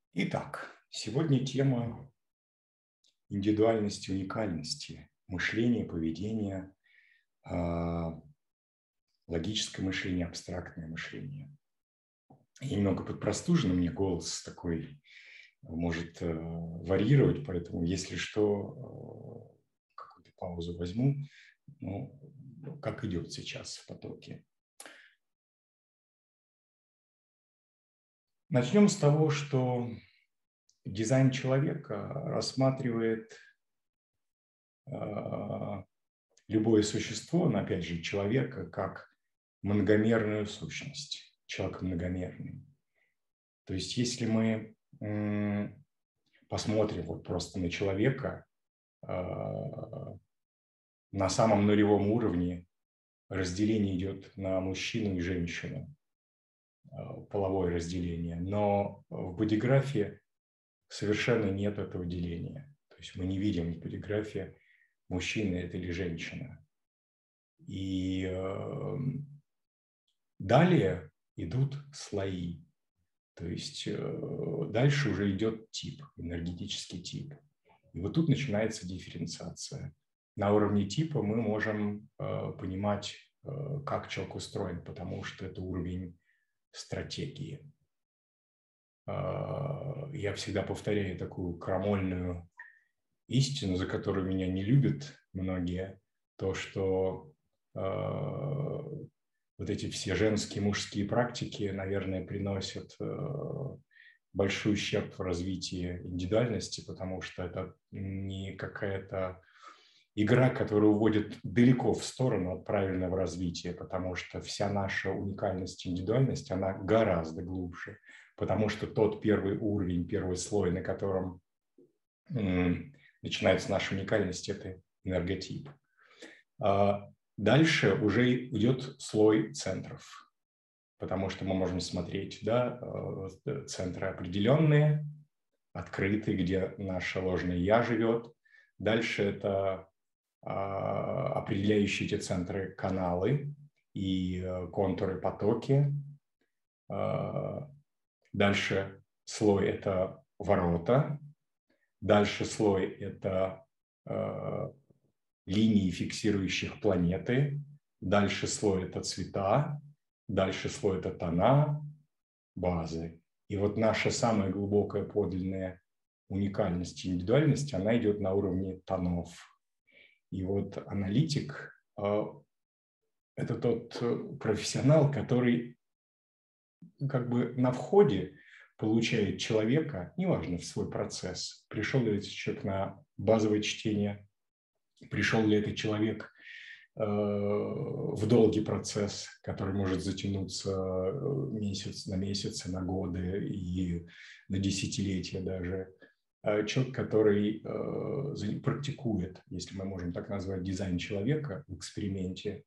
Итак, сегодня тема индивидуальности, уникальности, мышления, поведения, логическое мышление, абстрактное мышление. Я немного подпростужен, у меня голос такой может варьировать, поэтому если что, какую-то паузу возьму, ну, как идет сейчас в потоке. Начнем с того, что дизайн человека рассматривает любое существо, но опять же человека, как многомерную сущность. Человек многомерный. То есть если мы посмотрим вот просто на человека, на самом нулевом уровне разделение идет на мужчину и женщину, половое разделение. Но в бодиграфе совершенно нет этого деления. То есть мы не видим в бодиграфе, мужчина это или женщина. И далее идут слои. То есть дальше уже идет тип, энергетический тип. И вот тут начинается дифференциация. На уровне типа мы можем понимать, как человек устроен, потому что это уровень стратегии. Я всегда повторяю такую крамольную истину, за которую меня не любят многие, то, что вот эти все женские, мужские практики, наверное, приносят большой ущерб в развитии индивидуальности, потому что это не какая-то игра, которая уводит далеко в сторону от правильного развития, потому что вся наша уникальность, индивидуальность, она гораздо глубже, потому что тот первый уровень, первый слой, на котором начинается наша уникальность, это энерготип. Дальше уже идет слой центров, потому что мы можем смотреть, да, центры определенные, открытые, где наше ложное «я» живет. Дальше это определяющие эти центры каналы и контуры, потоки. Дальше слой – это ворота. Дальше слой – это линии, фиксирующих планеты. Дальше слой – это цвета. Дальше слой – это тона, базы. И вот наша самая глубокая подлинная уникальность и индивидуальность, она идет на уровне тонов. И вот аналитик – это тот профессионал, который как бы на входе получает человека, неважно, в свой процесс. Пришел ли этот человек на базовое чтение, пришел ли этот человек в долгий процесс, который может затянуться месяц на месяцы, на годы и на десятилетия даже. Человек, который практикует, если мы можем так назвать, дизайн человека в эксперименте,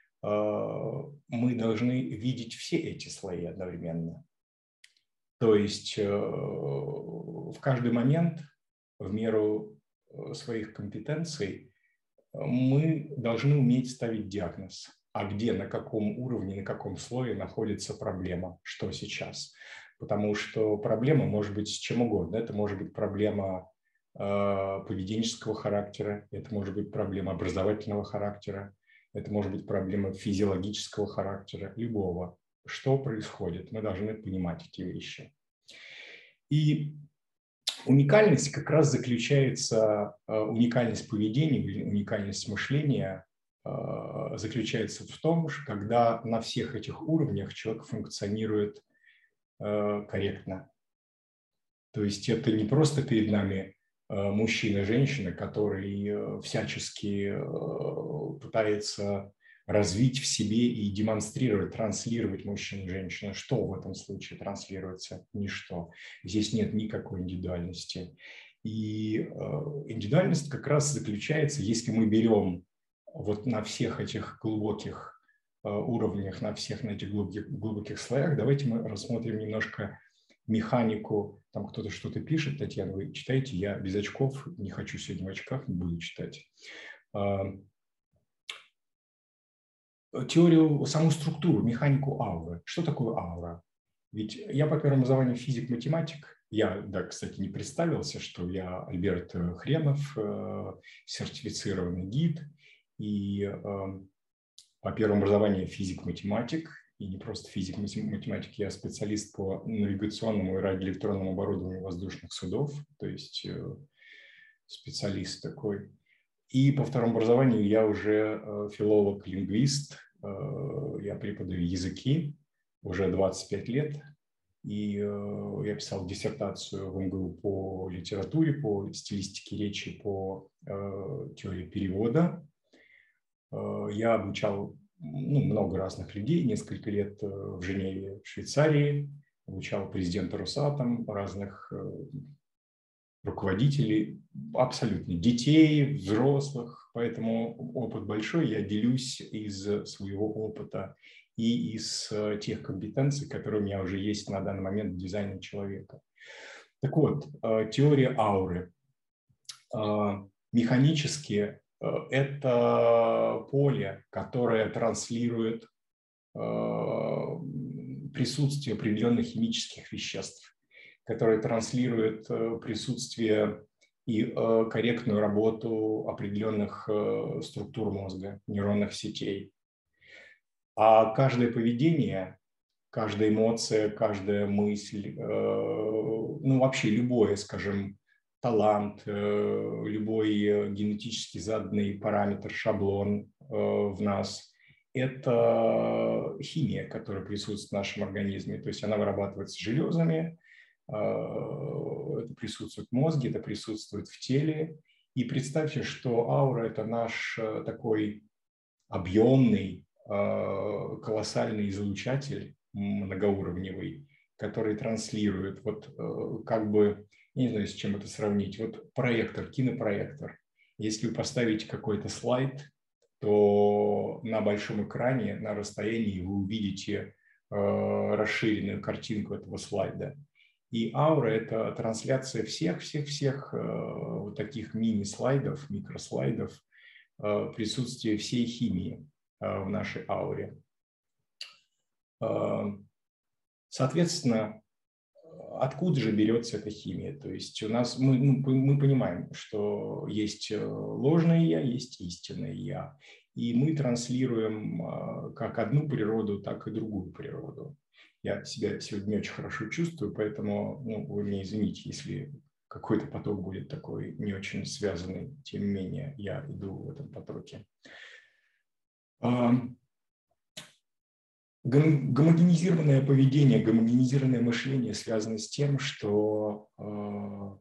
мы должны видеть все эти слои одновременно. То есть в каждый момент, в меру своих компетенций, мы должны уметь ставить диагноз. А где, на каком уровне, на каком слое находится проблема, что сейчас. Потому что проблема может быть с чем угодно. Это может быть проблема поведенческого характера, это может быть проблема образовательного характера, это может быть проблема физиологического характера, любого. Что происходит? Мы должны понимать эти вещи. И уникальность как раз заключается, уникальность поведения или уникальность мышления заключается в том, что когда на всех этих уровнях человек функционирует корректно. То есть это не просто перед нами мужчина и женщина, который всячески пытается развить в себе и демонстрировать, транслировать мужчину и женщину. Что в этом случае транслируется? Ничто. Здесь нет никакой индивидуальности. И индивидуальность как раз заключается, если мы берем вот на всех этих глубоких уровнях, на всех на этих глубоких слоях, давайте мы рассмотрим немножко механику. Там кто-то что-то пишет. Татьяна, вы читаете? Я без очков, не хочу сегодня в очках, не буду читать. Теорию, саму структуру, механику ауры. Что такое аура? Ведь я по первому образованию физик-математик. Я, да, кстати, не представился, что я Альберт Хренов, сертифицированный гид, и по первому образованию физик-математик, и не просто физик-математик, я специалист по навигационному и радиоэлектронному оборудованию воздушных судов, то есть специалист такой. И по второму образованию я уже филолог-лингвист, я преподаю языки уже 25 лет, и я писал диссертацию в МГУ по литературе, по стилистике речи, по теории перевода. Я обучал много разных людей, несколько лет в Женеве, в Швейцарии, обучал президента Росатом, разных руководителей, абсолютно детей, взрослых, поэтому опыт большой, я делюсь из своего опыта и из тех компетенций, которые у меня уже есть на данный момент в дизайне человека. Так вот, теория ауры. Механически это поле, которое транслирует присутствие определенных химических веществ, которое транслирует присутствие и корректную работу определенных структур мозга, нейронных сетей. А каждое поведение, каждая эмоция, каждая мысль, вообще любое, скажем, талант, любой генетически заданный параметр, шаблон в нас – это химия, которая присутствует в нашем организме. То есть она вырабатывается железами, это присутствует в мозге, это присутствует в теле. И представьте, что аура – это наш такой объемный, колоссальный излучатель многоуровневый, который транслирует, как бы, не знаю, с чем это сравнить, проектор, кинопроектор. Если вы поставите какой-то слайд, то на большом экране, на расстоянии вы увидите расширенную картинку этого слайда. И аура – это трансляция всех вот таких мини-слайдов, микрослайдов, присутствия всей химии в нашей ауре. Соответственно, откуда же берется эта химия? То есть у нас мы понимаем, что есть ложное я, есть истинное я. И мы транслируем как одну природу, так и другую природу. Я себя сегодня не очень хорошо чувствую, поэтому вы меня извините, если какой-то поток будет такой не очень связанный. Тем не менее, я иду в этом потоке. Гомогенизированное поведение, гомогенизированное мышление связано с тем, что в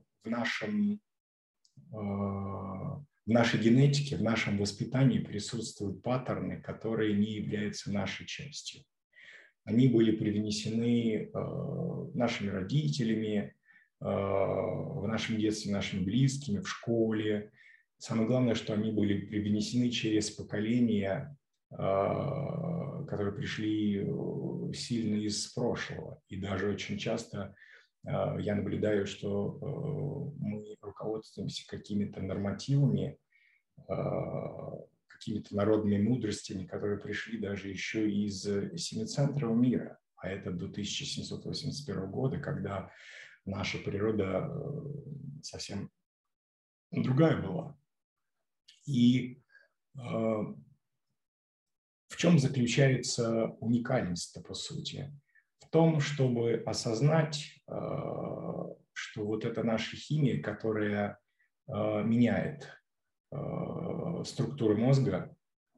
нашей генетике, в нашем воспитании присутствуют паттерны, которые не являются нашей частью. Они были привнесены нашими родителями, в нашем детстве нашими близкими, в школе. Самое главное, что они были привнесены через поколения, которые пришли сильно из прошлого. И даже очень часто я наблюдаю, что мы руководствуемся какими-то нормативами, какими-то народными мудростями, которые пришли даже еще из семицентрового мира. А это до 1781 года, когда наша природа совсем другая была. И в чем заключается уникальность-то, по сути? В том, чтобы осознать, что вот эта наша химия, которая меняет структуру мозга,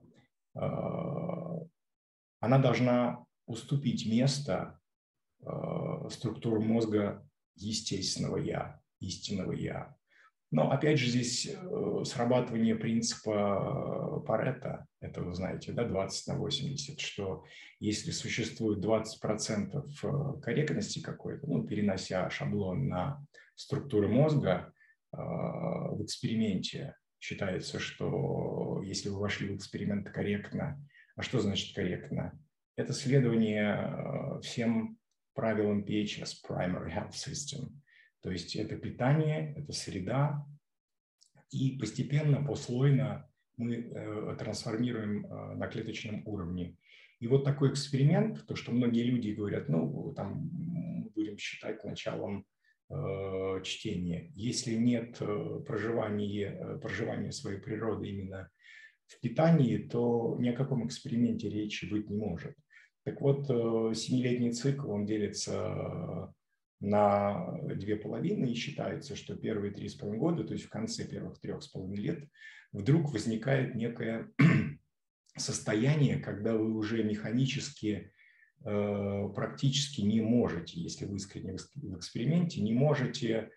она должна уступить место структуре мозга естественного «я», истинного «я». Но опять же здесь срабатывание принципа Парето, это вы знаете, да, 20/80, что если существует 20% корректности какой-то, перенося шаблон на структуру мозга в эксперименте, считается, что если вы вошли в эксперимент корректно, а что значит корректно? Это следование всем правилам PHS, Primary Health System. То есть это питание, это среда, и постепенно, послойно мы трансформируем на клеточном уровне. И вот такой эксперимент, то, что многие люди говорят, там будем считать началом чтения. Если нет проживания своей природы именно в питании, то ни о каком эксперименте речи быть не может. Так вот, 7-летний цикл, он делится на 2,5, и считается, что первые 3,5 года, то есть в конце первых 3,5 лет, вдруг возникает некое состояние, когда вы уже механически практически не можете, если вы искренне в эксперименте, не можете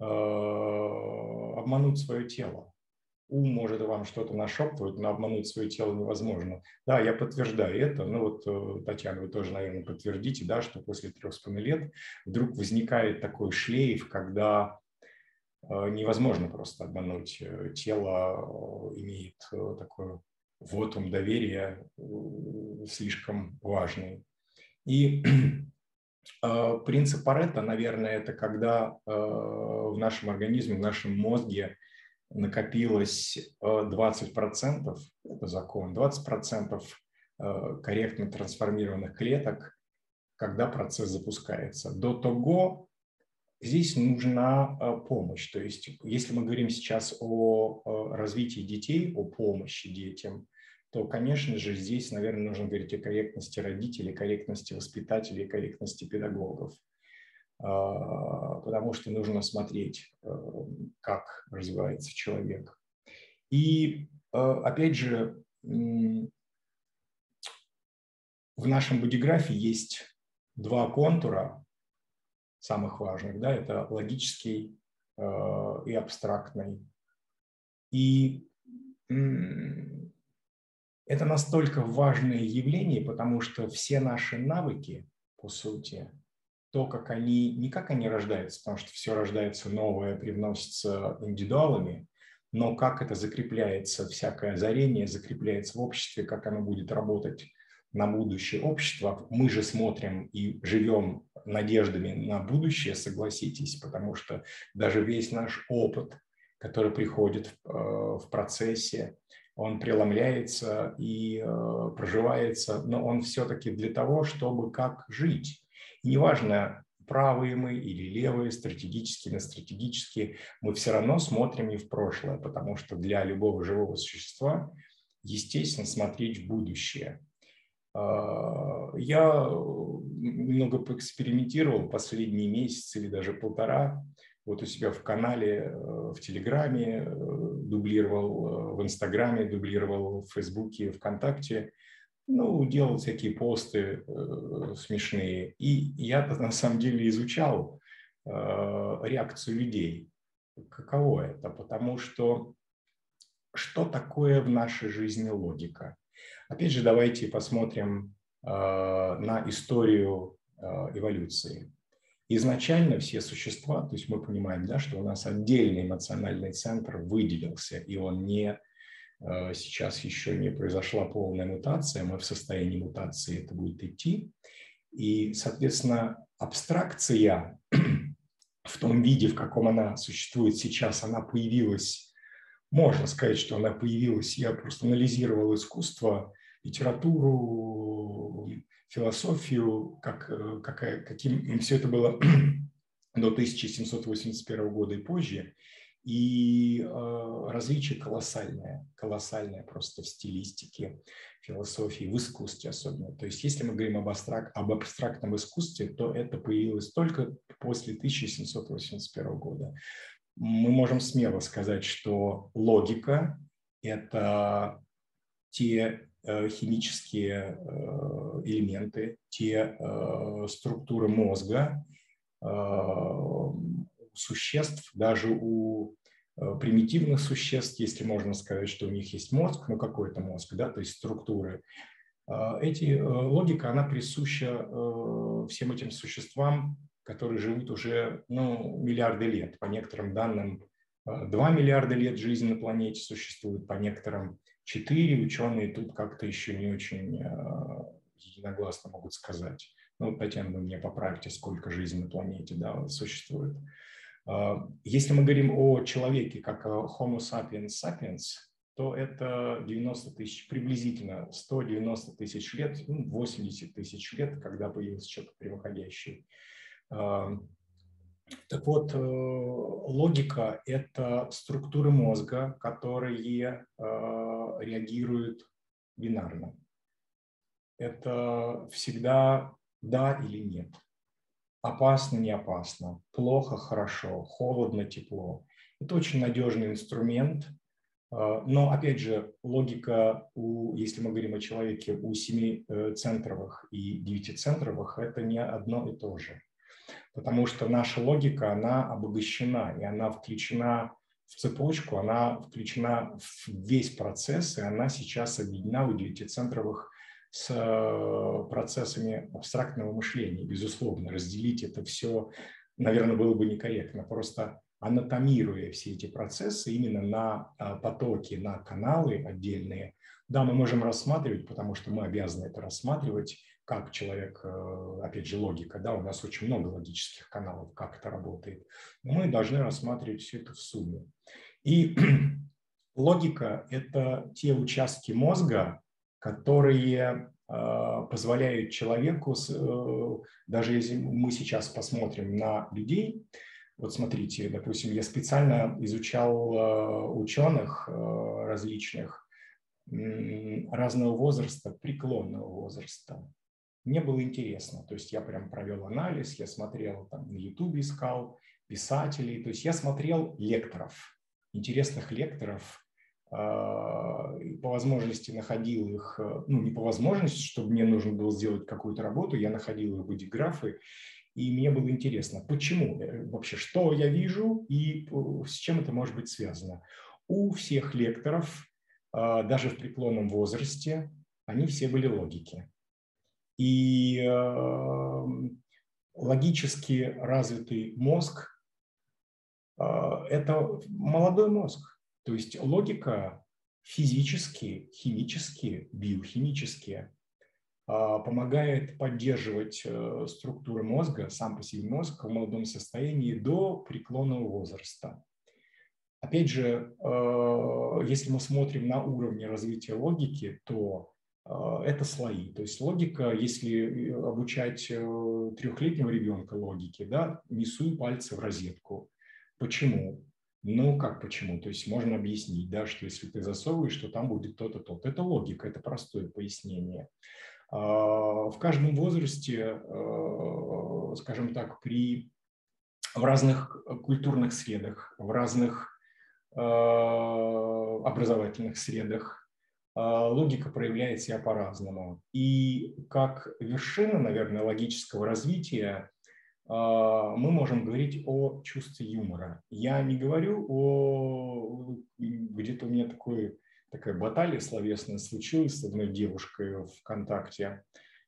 обмануть свое тело. Ум может вам что-то нашептывать, но обмануть свое тело невозможно. Да, я подтверждаю это. Ну вот, Татьяна, вы тоже, наверное, подтвердите, да, что после 3,5 лет вдруг возникает такой шлейф, когда невозможно просто обмануть. Тело имеет такой вотум доверия слишком важный. И принцип Парето, наверное, это когда в нашем организме, в нашем мозге накопилось 20%, это закон, 20% корректно трансформированных клеток, когда процесс запускается. До того здесь нужна помощь. То есть если мы говорим сейчас о развитии детей, о помощи детям, то, конечно же, здесь, наверное, нужно говорить о корректности родителей, корректности воспитателей, корректности педагогов. Потому что нужно смотреть, как развивается человек. И, опять же, в нашем бодиграфе есть два контура самых важных. Да, это логический и абстрактный. И это настолько важное явление, потому что все наши навыки, по сути, то, как они, не как они рождаются, потому что все рождается новое, привносится индивидуалами, но как это закрепляется, всякое озарение закрепляется в обществе, как оно будет работать на будущее общества. Мы же смотрим и живем надеждами на будущее, согласитесь, потому что даже весь наш опыт, который приходит в процессе, он преломляется и проживается, но он все-таки для того, чтобы как жить. И неважно, правые мы или левые, стратегические, нестратегические, мы все равно смотрим не в прошлое, потому что для любого живого существа, естественно, смотреть в будущее. Я немного поэкспериментировал последние месяцы или даже полтора. Вот у себя в канале, в Телеграме, дублировал в Инстаграме, дублировал в Фейсбуке, ВКонтакте. Ну, делал всякие посты смешные. И я на самом деле изучал реакцию людей. Каково это? Потому что такое в нашей жизни логика? Опять же, давайте посмотрим на историю эволюции. Изначально все существа, то есть мы понимаем, да, что у нас отдельный эмоциональный центр выделился, и он не сейчас еще не произошла полная мутация, мы в состоянии мутации, это будет идти. И, соответственно, абстракция в том виде, в каком она существует сейчас, она появилась, можно сказать, что она появилась, я просто анализировал искусство, литературу, философию, каким все это было до 1781 года и позже. И различие колоссальное просто в стилистике, философии, в искусстве особенно. То есть если мы говорим об абстрактном искусстве, то это появилось только после 1781 года. Мы можем смело сказать, что логика – это те химические элементы, те структуры мозга, существ, даже у примитивных существ, если можно сказать, что у них есть мозг, ну какой-то мозг, да, то есть структуры. Логика, она присуща всем этим существам, которые живут уже миллиарды лет. По некоторым данным, 2 миллиарда лет жизни на планете существует, по некоторым 4. Ученые тут как-то еще не очень единогласно могут сказать. Ну, Татьяна, вы меня поправите, сколько жизни на планете существует. Если мы говорим о человеке как Homo sapiens sapiens, то это 90 тысяч, приблизительно 190 тысяч лет, 80 тысяч лет, когда появился человек прямоходящий. Так вот, логика – это структуры мозга, которые реагируют бинарно. Это всегда да или нет, опасно, не опасно, плохо, хорошо, холодно, тепло. Это очень надежный инструмент. Но, опять же, логика, если мы говорим о человеке, у 7-центровых и 9-центровых – это не одно и то же. Потому что наша логика, она обогащена, и она включена в цепочку, она включена в весь процесс, и она сейчас объединена у 9-центровых с процессами абстрактного мышления. Безусловно, разделить это все, наверное, было бы некорректно. Просто анатомируя все эти процессы именно на потоки, на каналы отдельные, да, мы можем рассматривать, потому что мы обязаны это рассматривать, как человек, опять же, логика, да, у нас очень много логических каналов, как это работает. Но мы должны рассматривать все это в сумме. И логика – это те участки мозга, которые позволяют человеку, даже если мы сейчас посмотрим на людей, вот смотрите, допустим, я специально изучал ученых различных, разного возраста, преклонного возраста. Мне было интересно, то есть я прям провел анализ, я смотрел, там, на YouTube искал писателей, то есть я смотрел лекторов, интересных лекторов, по возможности находил их, ну не по возможности, чтобы мне нужно было сделать какую-то работу, я находил их бодиграфы, и мне было интересно, почему вообще, что я вижу и с чем это может быть связано. У всех лекторов, даже в преклонном возрасте, они все были логики. И логически развитый мозг – это молодой мозг. То есть логика физически, химически, биохимически помогает поддерживать структуры мозга, сам по себе мозг в молодом состоянии до преклонного возраста. Опять же, если мы смотрим на уровне развития логики, то это слои. То есть логика, если обучать 3-летнего ребенка логике, да, не суй пальцы в розетку. Почему? Ну, как почему? То есть можно объяснить, да, что если ты засовываешь, то там будет то-то, то-то. Это логика, это простое пояснение. В каждом возрасте, скажем так, в разных культурных средах, в разных образовательных средах логика проявляет себя по-разному. И как вершина, наверное, логического развития мы можем говорить о чувстве юмора. Я не говорю о… Где-то у меня такая баталия словесная случилась с одной девушкой в ВКонтакте.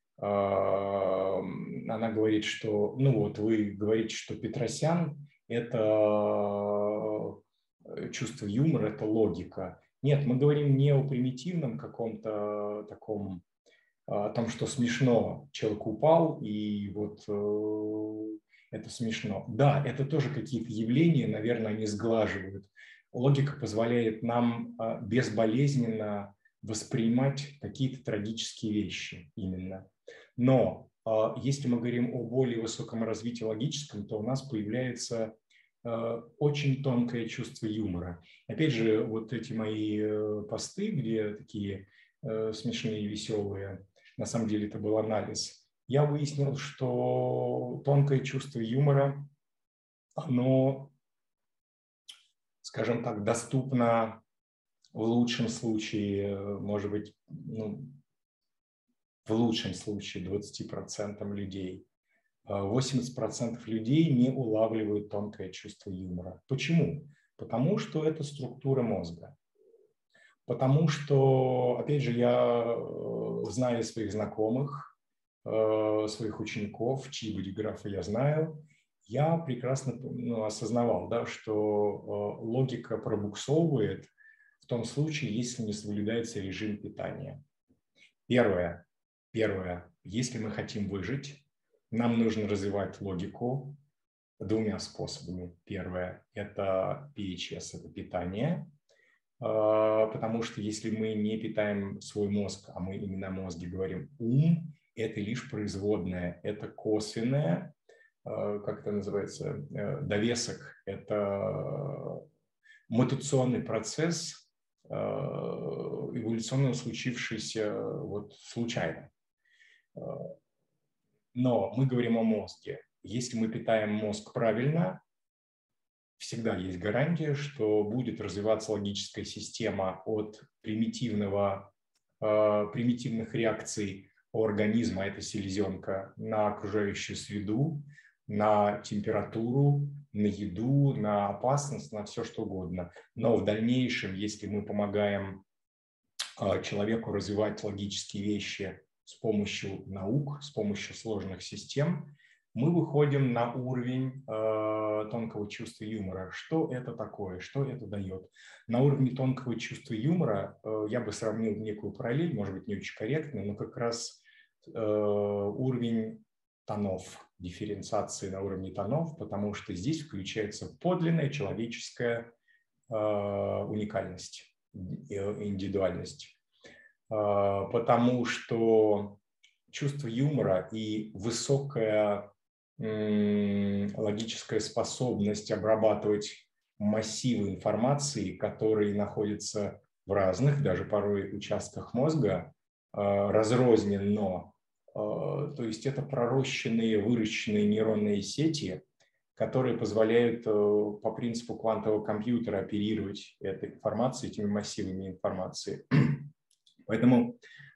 Она говорит, что, ну вот, вы говорите, что Петросян – это чувство юмора, это логика. Нет, мы говорим не о примитивном каком-то таком, о том, что смешно, человек упал, и вот это смешно. Да, это тоже какие-то явления, наверное, они сглаживают. Логика позволяет нам безболезненно воспринимать какие-то трагические вещи именно. Но если мы говорим о более высоком развитии логическом, то у нас появляется очень тонкое чувство юмора. Опять же, вот эти мои посты, где такие смешные и веселые, на самом деле это был анализ, я выяснил, что тонкое чувство юмора, оно, скажем так, доступно в лучшем случае, может быть, ну, в лучшем случае 20% людей. 80% людей не улавливают тонкое чувство юмора. Почему? Потому что это структура мозга. Потому что, опять же, я знаю своих знакомых, своих учеников, чьи бодиграфы я знаю, я прекрасно осознавал, да, что логика пробуксовывает в том случае, если не соблюдается режим питания. Первое, если мы хотим выжить, нам нужно развивать логику двумя способами. Первое – это PHS, это питание, потому что если мы не питаем свой мозг, а мы именно о мозге говорим ум, это лишь производное, это косвенное, как это называется, довесок, это мутационный процесс, эволюционно случившийся вот случайно. Но мы говорим о мозге. Если мы питаем мозг правильно, всегда есть гарантия, что будет развиваться логическая система от примитивных реакций организма, это селезенка, на окружающую среду, на температуру, на еду, на опасность, на все что угодно. Но в дальнейшем, если мы помогаем человеку развивать логические вещи с помощью наук, с помощью сложных систем, мы выходим на уровень тонкого чувства юмора. Что это такое? Что это дает? На уровне тонкого чувства юмора я бы сравнил некую параллель, может быть, не очень корректно, но как раз уровень тонов, дифференциации на уровне тонов, потому что здесь включается подлинная человеческая уникальность, индивидуальность. Потому что чувство юмора и высокая логическая способность обрабатывать массивы информации, которые находятся в разных, даже порой участках мозга, разрозненно. То есть это пророщенные, выращенные нейронные сети, которые позволяют по принципу квантового компьютера оперировать этой информацией, этими массивами информации. Поэтому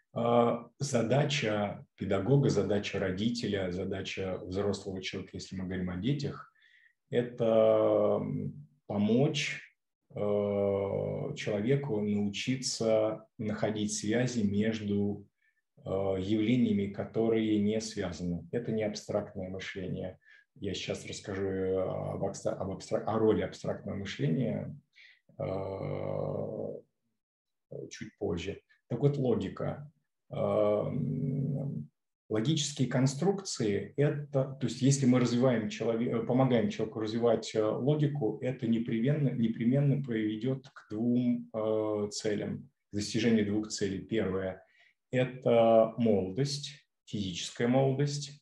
задача педагога, задача родителя, задача взрослого человека, если мы говорим о детях, это помочь человеку научиться находить связи между явлениями, которые не связаны. Это не абстрактное мышление. Я сейчас расскажу о роли абстрактного мышления чуть позже. Так вот, логика. Логические конструкции – это, то есть если мы помогаем человеку развивать логику, это непременно приведет к двум целям, к достижению двух целей. Первое – это молодость, физическая молодость.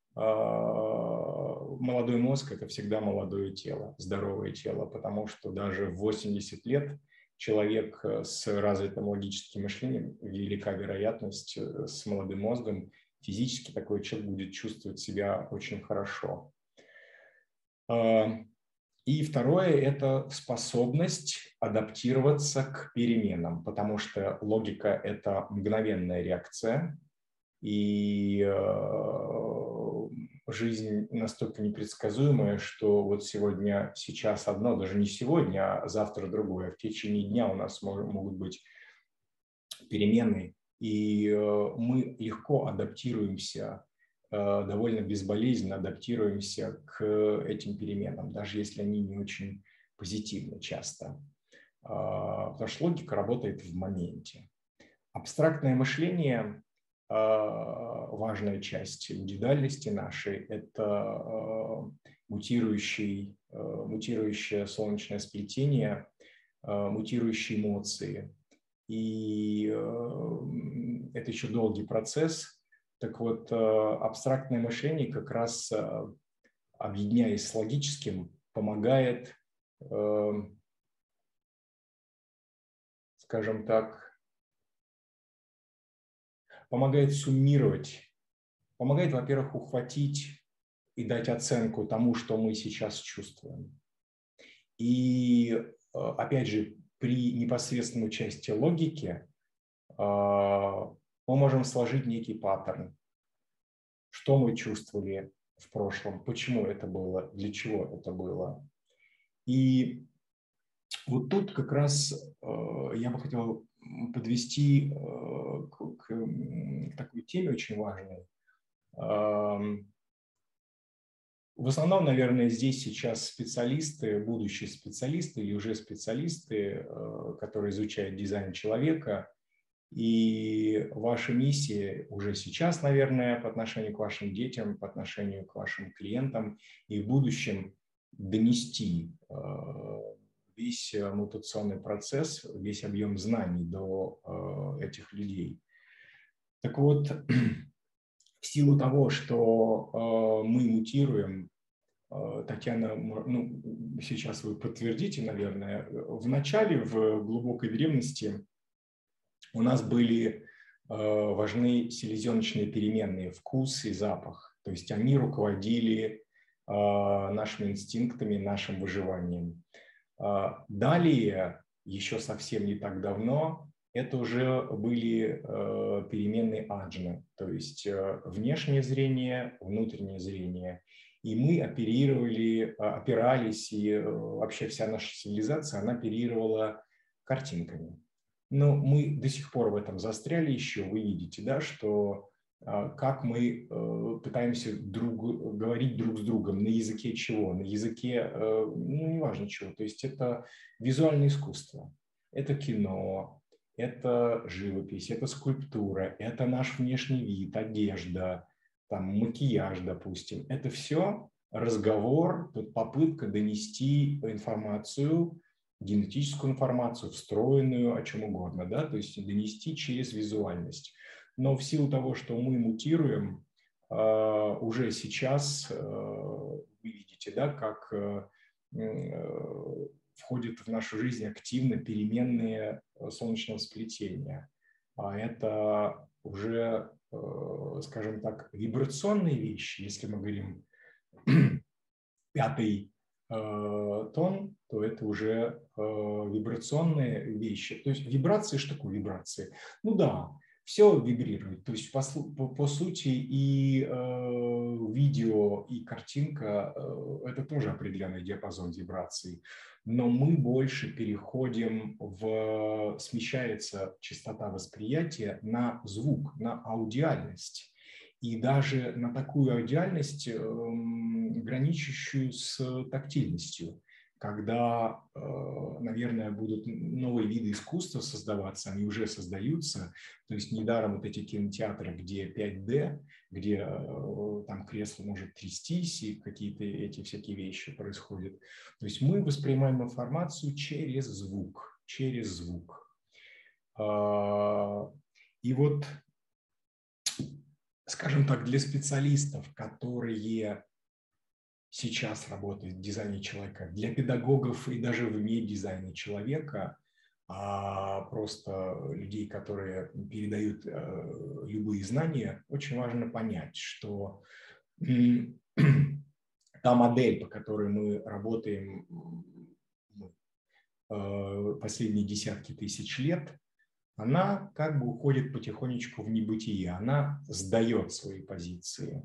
Молодой мозг – это всегда молодое тело, здоровое тело, потому что даже в 80 лет человек с развитым логическим мышлением, велика вероятность с молодым мозгом, физически такой человек будет чувствовать себя очень хорошо. И второе – это способность адаптироваться к переменам, потому что логика – это мгновенная реакция, и жизнь настолько непредсказуемая, что вот сейчас одно, даже не сегодня, а завтра другое. В течение дня у нас могут быть перемены, и мы легко адаптируемся, довольно безболезненно адаптируемся к этим переменам, даже если они не очень позитивны часто. Потому что логика работает в моменте. Абстрактное мышление, важная часть индивидуальности нашей, это мутирующее солнечное сплетение, мутирующие эмоции. И это еще долгий процесс. Так вот, абстрактное мышление как раз, объединяясь с логическим, помогает, скажем так, помогает суммировать, помогает, во-первых, ухватить и дать оценку тому, что мы сейчас чувствуем. И, опять же, при непосредственном участии логики мы можем сложить некий паттерн. Что мы чувствовали в прошлом, почему это было, для чего это было. И вот тут как раз я бы хотел подвести к такой теме очень важной. В основном, наверное, здесь сейчас специалисты, будущие специалисты или уже специалисты, которые изучают дизайн человека. И ваша миссия уже сейчас, наверное, по отношению к вашим детям, по отношению к вашим клиентам и в будущем донести весь мутационный процесс, весь объем знаний до этих людей. Так вот, в силу того, что мы мутируем Татьяна, ну, сейчас вы подтвердите, наверное, в начале, в глубокой древности у нас были важны селезеночные переменные, вкус и запах. То есть они руководили нашими инстинктами, нашим выживанием. Далее, еще совсем не так давно, это уже были переменные аджна, то есть внешнее зрение, внутреннее зрение. И мы опирались, и вообще вся наша цивилизация, она оперировала картинками. Но мы до сих пор в этом застряли еще. Вы видите, да, что как мы пытаемся говорить друг с другом, на языке чего, на языке, ну, неважно чего. То есть это визуальное искусство, это кино, это живопись, это скульптура, это наш внешний вид, одежда, там, макияж, допустим. Это все разговор, попытка донести информацию, генетическую информацию, встроенную, о чем угодно, да, то есть донести через визуальность. Но в силу того, что мы мутируем, уже сейчас вы видите, да, как входят в нашу жизнь активно переменные солнечного сплетения. А это уже, скажем так, вибрационные вещи. Если мы говорим пятый тон, то это уже вибрационные вещи. То есть вибрации, что такое вибрации? Ну да, все вибрирует. То есть по сути и видео, и картинка это тоже определенный диапазон вибраций. Но мы больше переходим смещается частота восприятия на звук, на аудиальность. И даже на такую аудиальность, граничащую с тактильностью, когда, наверное, будут новые виды искусства создаваться, они уже создаются. То есть недаром вот эти кинотеатры, где 5D, где там кресло может трястись, и какие-то эти всякие вещи происходят. То есть мы воспринимаем информацию через звук, через звук. И вот, скажем так, для специалистов, которые сейчас работают в дизайне человека, для педагогов и даже вне дизайна человека, просто людей, которые передают любые знания, очень важно понять, что та модель, по которой мы работаем последние десятки тысяч лет, она как бы уходит потихонечку в небытие, она сдает свои позиции.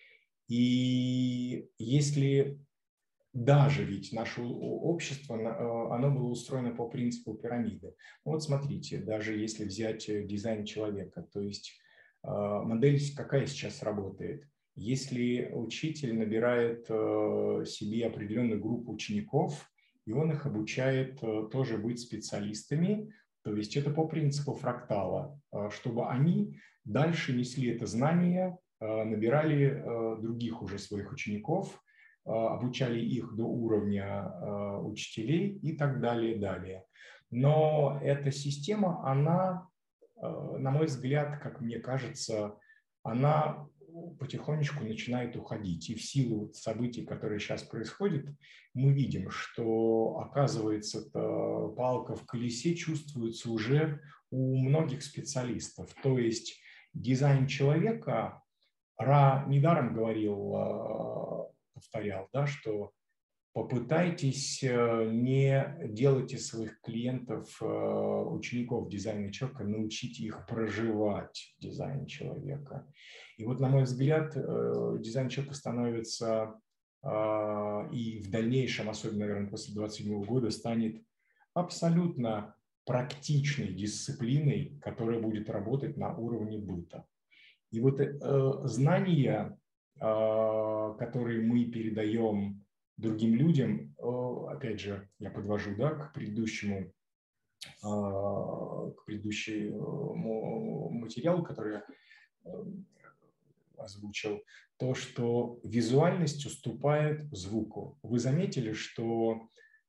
И если даже ведь наше общество, оно было устроено по принципу пирамиды. Вот смотрите, даже если взять дизайн человека, то есть модель какая сейчас работает? Если учитель набирает себе определенную группу учеников, и он их обучает тоже быть специалистами, то есть это по принципу фрактала, чтобы они дальше несли это знание, набирали других уже своих учеников, обучали их до уровня учителей и так далее, далее. Но эта система, она, на мой взгляд, как мне кажется, она потихонечку начинает уходить. И в силу событий, которые сейчас происходят, мы видим, что, оказывается, палка в колесе чувствуется уже у многих специалистов. То есть дизайн человека, Ра недаром говорил, повторял, да, что попытайтесь не делать из своих клиентов, учеников дизайна человека, научите их проживать дизайн человека. И вот, на мой взгляд, дизайн человека становится и в дальнейшем, особенно, наверное, после 2027 года, станет абсолютно практичной дисциплиной, которая будет работать на уровне быта. И вот знания, которые мы передаем другим людям, опять же, я подвожу, да, к предыдущему материалу, который я озвучил, то, что визуальность уступает звуку. Вы заметили, что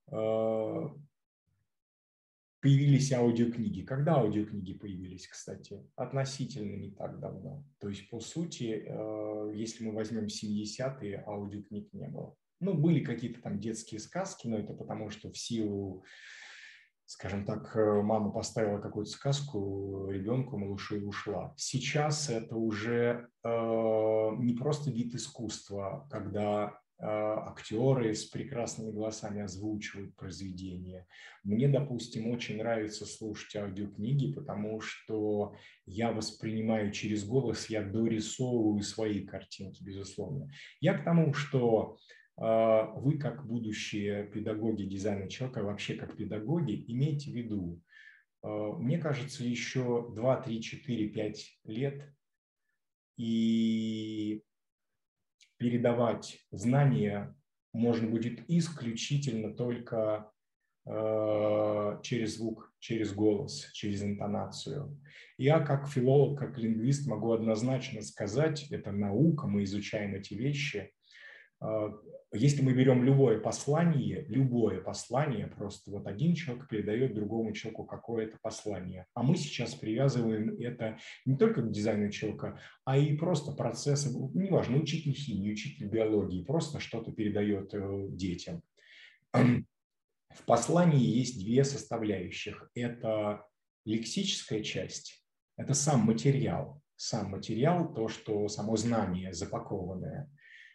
появились аудиокниги. Когда аудиокниги появились, кстати? Относительно не так давно. То есть, по сути, если мы возьмем 70-е, аудиокниг не было. Ну, были какие-то там детские сказки, но это потому, что в силу, скажем так, мама поставила какую-то сказку ребенку, малышу, и ушла. Сейчас это уже не просто вид искусства, когда актеры с прекрасными голосами озвучивают произведения. Мне, допустим, очень нравится слушать аудиокниги, потому что я воспринимаю через голос, я дорисовываю свои картинки, безусловно. Я к тому, что вы, как будущие педагоги дизайна человека, вообще как педагоги, имейте в виду, мне кажется, еще 2, 3, 4, 5 лет и передавать знания можно будет исключительно только через звук, через голос, через интонацию. Я как филолог, как лингвист могу однозначно сказать, это наука, мы изучаем эти вещи. Если мы берем любое послание, просто вот один человек передает другому человеку какое-то послание, а мы сейчас привязываем это не только к дизайну человека, а и просто процессы, неважно, учитель химии, учитель биологии, просто что-то передает детям. В послании есть две составляющих. Это лексическая часть, это сам материал, то, что само знание запакованное.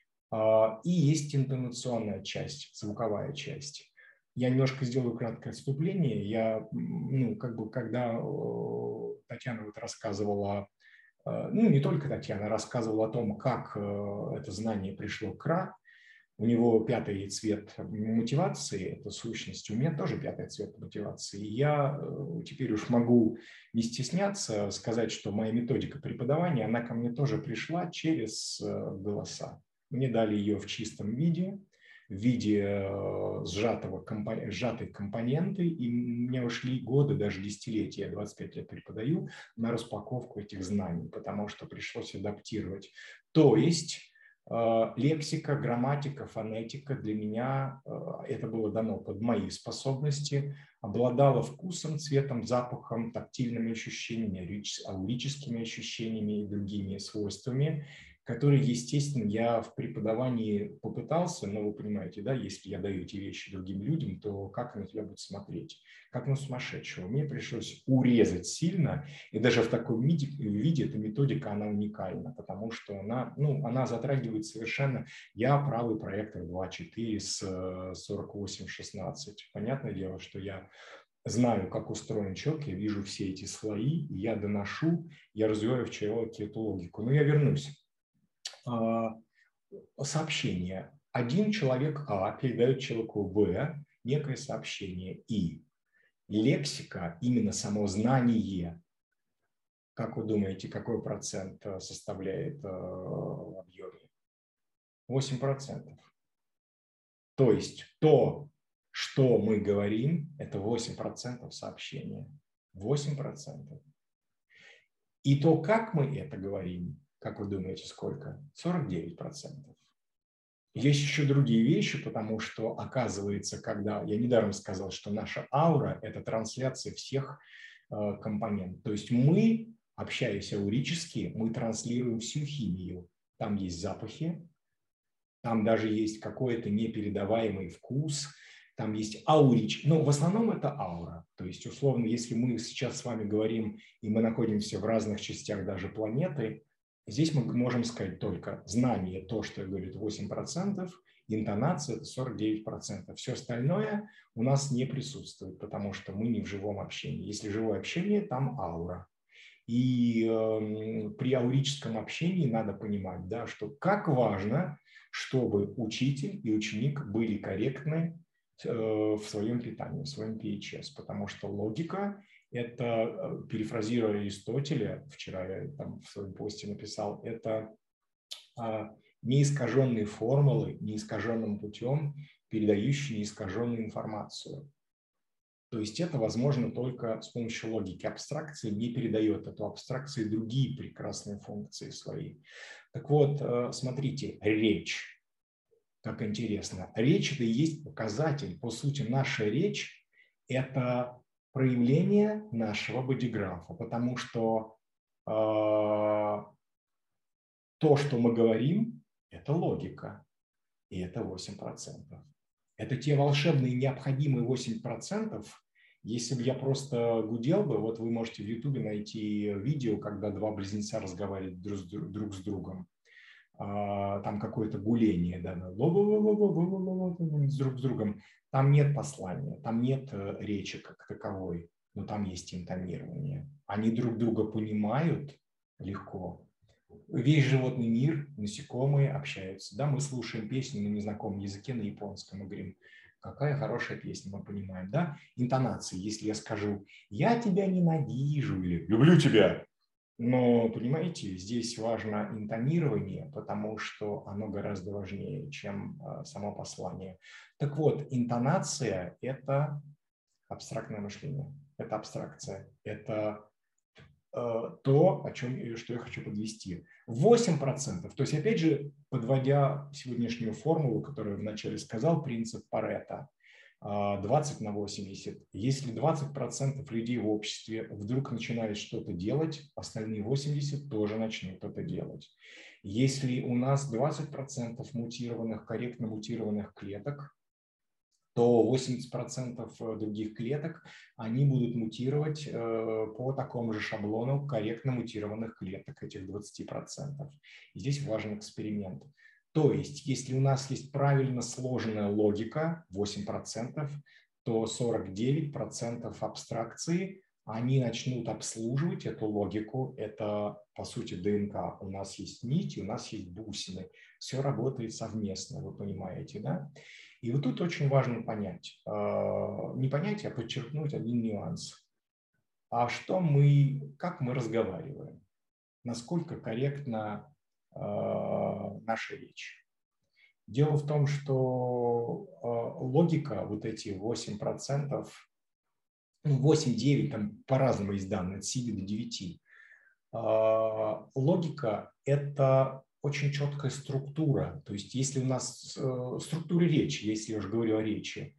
И есть интонационная часть, звуковая часть. Я немножко сделаю краткое отступление. Я, когда Татьяна вот рассказывала, не только Татьяна, рассказывала о том, как это знание пришло к Ра, у него 5-й цвет мотивации, это сущность, у меня тоже 5-й цвет мотивации. Я теперь уж могу не стесняться сказать, что моя методика преподавания, она ко мне тоже пришла через голоса. Мне дали ее в чистом виде, в виде сжатой компоненты, и у меня ушли годы, даже десятилетия, я 25 лет преподаю, на распаковку этих знаний, потому что пришлось адаптировать. То есть лексика, грамматика, фонетика для меня, это было дано под мои способности, обладала вкусом, цветом, запахом, тактильными ощущениями, аурическими ощущениями и другими свойствами, которые, естественно, я в преподавании попытался, но вы понимаете, да, если я даю эти вещи другим людям, то как на тебя будут смотреть? Как на сумасшедшего. Мне пришлось урезать сильно, и даже в таком виде эта методика, она уникальна, потому что она затрагивает совершенно... Я правый проектор 2.4 с 48.16. Понятное дело, что я знаю, как устроен человек, я вижу все эти слои, я доношу, я развиваю в человеке эту логику. Но я вернусь. Сообщение. Один человек А передает человеку В некое сообщение И. Лексика, именно само знание, как вы думаете, какой процент составляет в объеме? 8%. То есть то, что мы говорим, это 8% сообщения. 8%. И то, как мы это говорим, как вы думаете, сколько? 49%. Есть еще другие вещи, потому что, оказывается, когда... Я недаром сказал, что наша аура – это трансляция всех компонентов. То есть мы, общаясь аурически, мы транслируем всю химию. Там есть запахи, там даже есть какой-то непередаваемый вкус, там есть в основном это аура. То есть, условно, если мы сейчас с вами говорим, и мы находимся в разных частях даже планеты, здесь мы можем сказать только знание, то, что говорит 8%, интонация – это 49%. Все остальное у нас не присутствует, потому что мы не в живом общении. Если живое общение, там аура. И при аурическом общении надо понимать, да, что как важно, чтобы учитель и ученик были корректны в своем питании, в своем PHS, потому что логика – это, перефразируя Аристотеля, вчера я там в своем посте написал, это неискаженные формулы, неискаженным путем передающие неискаженную информацию. То есть это возможно только с помощью логики. Абстракция не передает эту абстракцию и другие прекрасные функции свои. Так вот, смотрите, речь. Как интересно. Речь – это и есть показатель. По сути, наша речь – это проявление нашего бодиграфа, потому что то, что мы говорим, это логика. И это 8%. Это те волшебные необходимые 8%. Если бы я просто гудел бы, вот вы можете в Ютубе найти видео, когда два близнеца разговаривают друг с другом. Там какое-то гуление, да, друг с другом. Там нет послания, там нет речи как таковой, но там есть интонирование. Они друг друга понимают легко. Весь животный мир, насекомые общаются. Да, мы слушаем песню на незнакомом языке, на японском, мы говорим, какая хорошая песня, мы понимаем, да? Интонации, если я скажу, я тебя ненавижу или люблю тебя, но, понимаете, здесь важно интонирование, потому что оно гораздо важнее, чем само послание. Так вот, интонация – это абстрактное мышление, это абстракция, это то, что я хочу подвести. 8%, то есть, опять же, подводя сегодняшнюю формулу, которую я вначале сказал, принцип Парето, 20 на 80. Если 20% людей в обществе вдруг начинают что-то делать, остальные 80% тоже начнут это делать. Если у нас 20% мутированных, корректно мутированных клеток, то 80% других клеток, они будут мутировать по такому же шаблону корректно мутированных клеток, этих 20%. И здесь важен эксперимент. То есть, если у нас есть правильно сложенная логика, 8%, то 49% абстракции, они начнут обслуживать эту логику. Это, по сути, ДНК. У нас есть нити, у нас есть бусины. Все работает совместно, вы понимаете, да? И вот тут очень важно понять, не понять, а подчеркнуть один нюанс. А как мы разговариваем? Насколько корректна наша речь? Дело в том, что логика, вот эти 8%, 8-9, там по-разному есть данные, от 7 до 9, логика – это очень четкая структура. То есть если у нас структура речи, если я уже говорю о речи,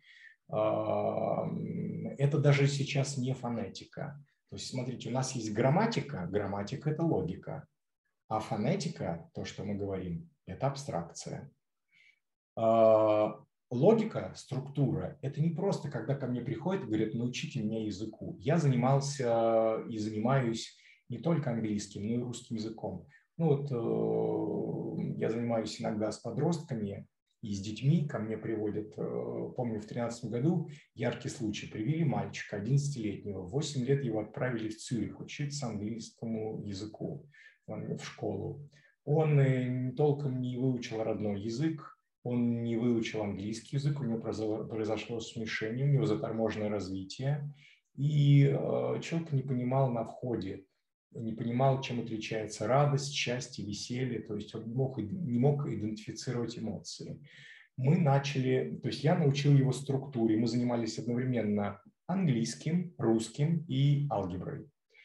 это даже сейчас не фонетика. То есть смотрите, у нас есть грамматика, грамматика – это логика, а фонетика, то, что мы говорим, это абстракция. Логика, структура – это не просто, когда ко мне приходят и говорят, научите меня языку. Я занимался и занимаюсь не только английским, но и русским языком. Ну вот я занимаюсь иногда с подростками и с детьми, ко мне приводят, помню, в 2013 году яркий случай, привели мальчика 11-летнего, в 8 лет его отправили в Цюрих учиться английскому языку в школу. Он толком не выучил родной язык, он не выучил английский язык, у него произошло смешение, у него заторможенное развитие, и человек не понимал на входе, не понимал, чем отличается радость, счастье, веселье, то есть он не мог идентифицировать эмоции. То есть я научил его структуре, мы занимались одновременно английским, русским и алгеброй.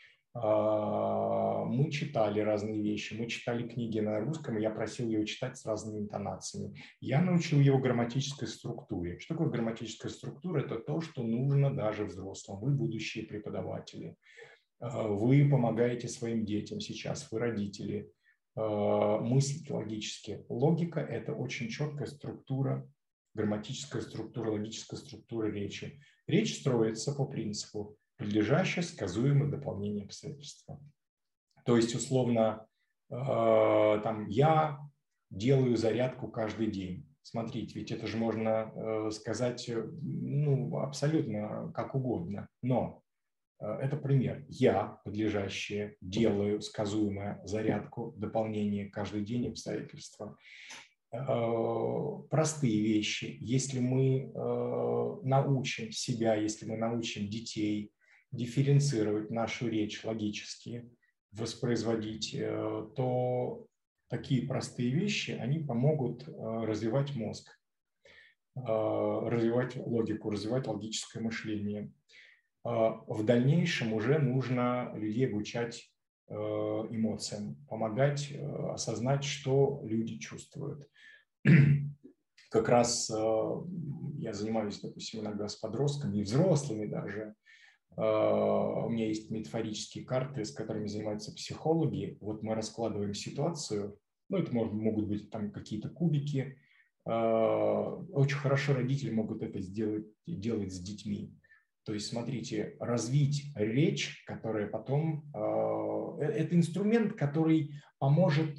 Мы читали разные вещи, мы читали книги на русском, и я просил его читать с разными интонациями. Я научил его грамматической структуре. Что такое грамматическая структура? Это то, что нужно даже взрослым. Вы будущие преподаватели. Вы помогаете своим детям сейчас, вы родители. Мыслить логически. Логика – это очень четкая структура, грамматическая структура, логическая структура речи. Речь строится по принципу подлежащее, сказуемое дополнение обстоятельства. То есть, условно, там, я делаю зарядку каждый день. Смотрите, ведь это же можно сказать абсолютно как угодно. Но это пример. Я, подлежащее, делаю сказуемое зарядку, дополнение каждый день обстоятельства. Простые вещи. Если мы научим себя, если мы научим детей дифференцировать нашу речь логически, воспроизводить, то такие простые вещи, они помогут развивать мозг, развивать логику, развивать логическое мышление. В дальнейшем уже нужно людей обучать эмоциям, помогать осознать, что люди чувствуют. Как раз я занимаюсь, допустим, иногда с подростками и взрослыми даже. У меня есть метафорические карты, с которыми занимаются психологи. Вот мы раскладываем ситуацию. Ну, это могут быть там какие-то кубики. очень хорошо родители могут это делать с детьми. То есть, смотрите, развить речь, которая потом… Это инструмент, который поможет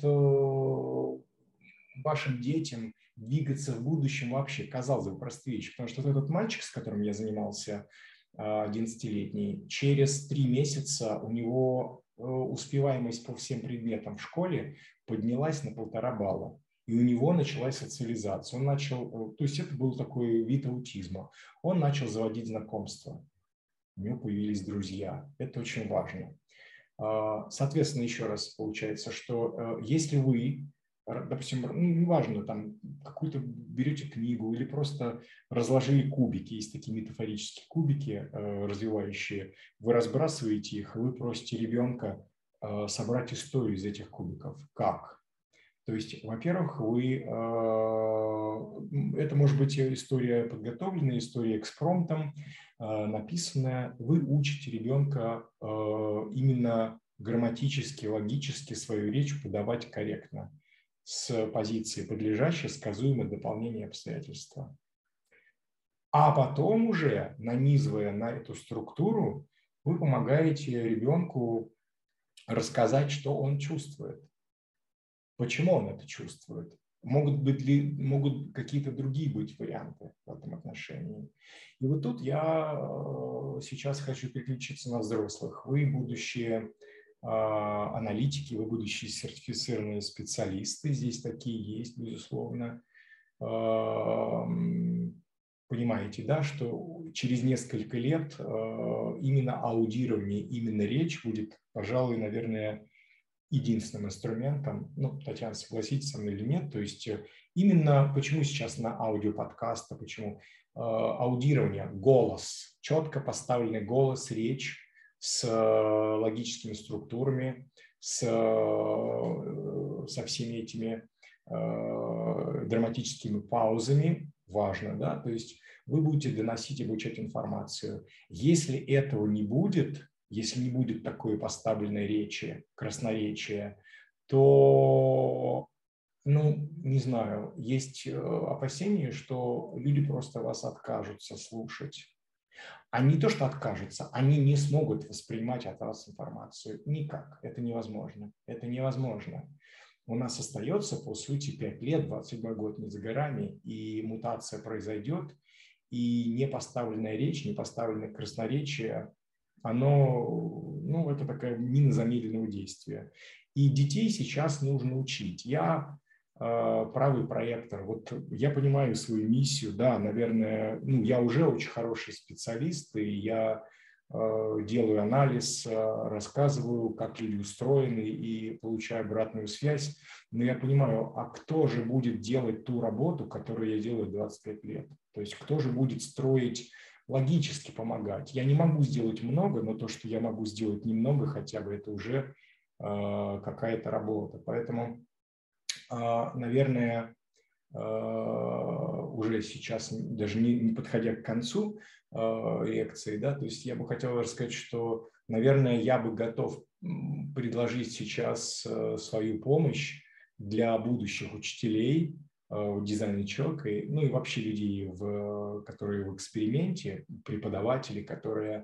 вашим детям двигаться в будущем вообще, казалось бы, простые вещи. Потому что вот этот мальчик, с которым я занимался, 11-летний, через 3 месяца у него успеваемость по всем предметам в школе поднялась на 1,5 балла. И у него началась социализация. Он начал, то есть это был такой вид аутизма. Он начал заводить знакомства. У него появились друзья. Это очень важно. Соответственно, еще раз получается, что если вы, допустим, неважно, там какую-то берете книгу или просто разложили кубики, есть такие метафорические кубики развивающие, вы разбрасываете их, и вы просите ребенка собрать историю из этих кубиков. Как? То есть, во-первых, это может быть история подготовленная, история экспромтом, написанная. Вы учите ребенка именно грамматически, логически свою речь подавать корректно с позиции подлежащее, сказуемое дополнение обстоятельства. А потом уже, нанизывая на эту структуру, вы помогаете ребенку рассказать, что он чувствует. Почему он это чувствует? Могут какие-то другие быть варианты в этом отношении. И вот тут я сейчас хочу переключиться на взрослых. Вы будущие аналитики, вы будущие сертифицированные специалисты. Здесь такие есть, безусловно. Понимаете, да, что через несколько лет именно аудирование, именно речь будет, пожалуй, наверное, единственным инструментом, ну, Татьяна, согласитесь со мной или нет, то есть именно почему сейчас на аудиоподкаста, почему аудирование, голос, четко поставленный голос, речь с логическими структурами, со всеми этими драматическими паузами, важно, да, то есть вы будете доносить, обучать информацию. Если этого не будет, если не будет такой поставленной речи, красноречия, то, ну, не знаю, есть опасения, что люди просто вас откажутся слушать. А не то, что откажутся, они не смогут воспринимать от вас информацию. Никак. Это невозможно. Это невозможно. У нас остается, по сути, 5 лет, 27 год не за горами, и мутация произойдет, и непоставленная речь, непоставленное красноречие, оно, ну, это такая мина замедленного действия. И детей сейчас нужно учить. Я правый проектор, вот я понимаю свою миссию, да, наверное, ну, я уже очень хороший специалист, и я делаю анализ, рассказываю, как люди устроены и получаю обратную связь, но я понимаю, а кто же будет делать ту работу, которую я делаю 25 лет? То есть кто же будет строить, логически помогать? Я не могу сделать много, но то, что я могу сделать немного хотя бы, это уже какая-то работа. Поэтому, наверное, уже сейчас, даже не подходя к концу лекции, да, то есть я бы хотел рассказать, что, наверное, я бы готов предложить сейчас свою помощь для будущих учителей дизайн-учек, ну и вообще людей, которые в эксперименте, преподаватели, которые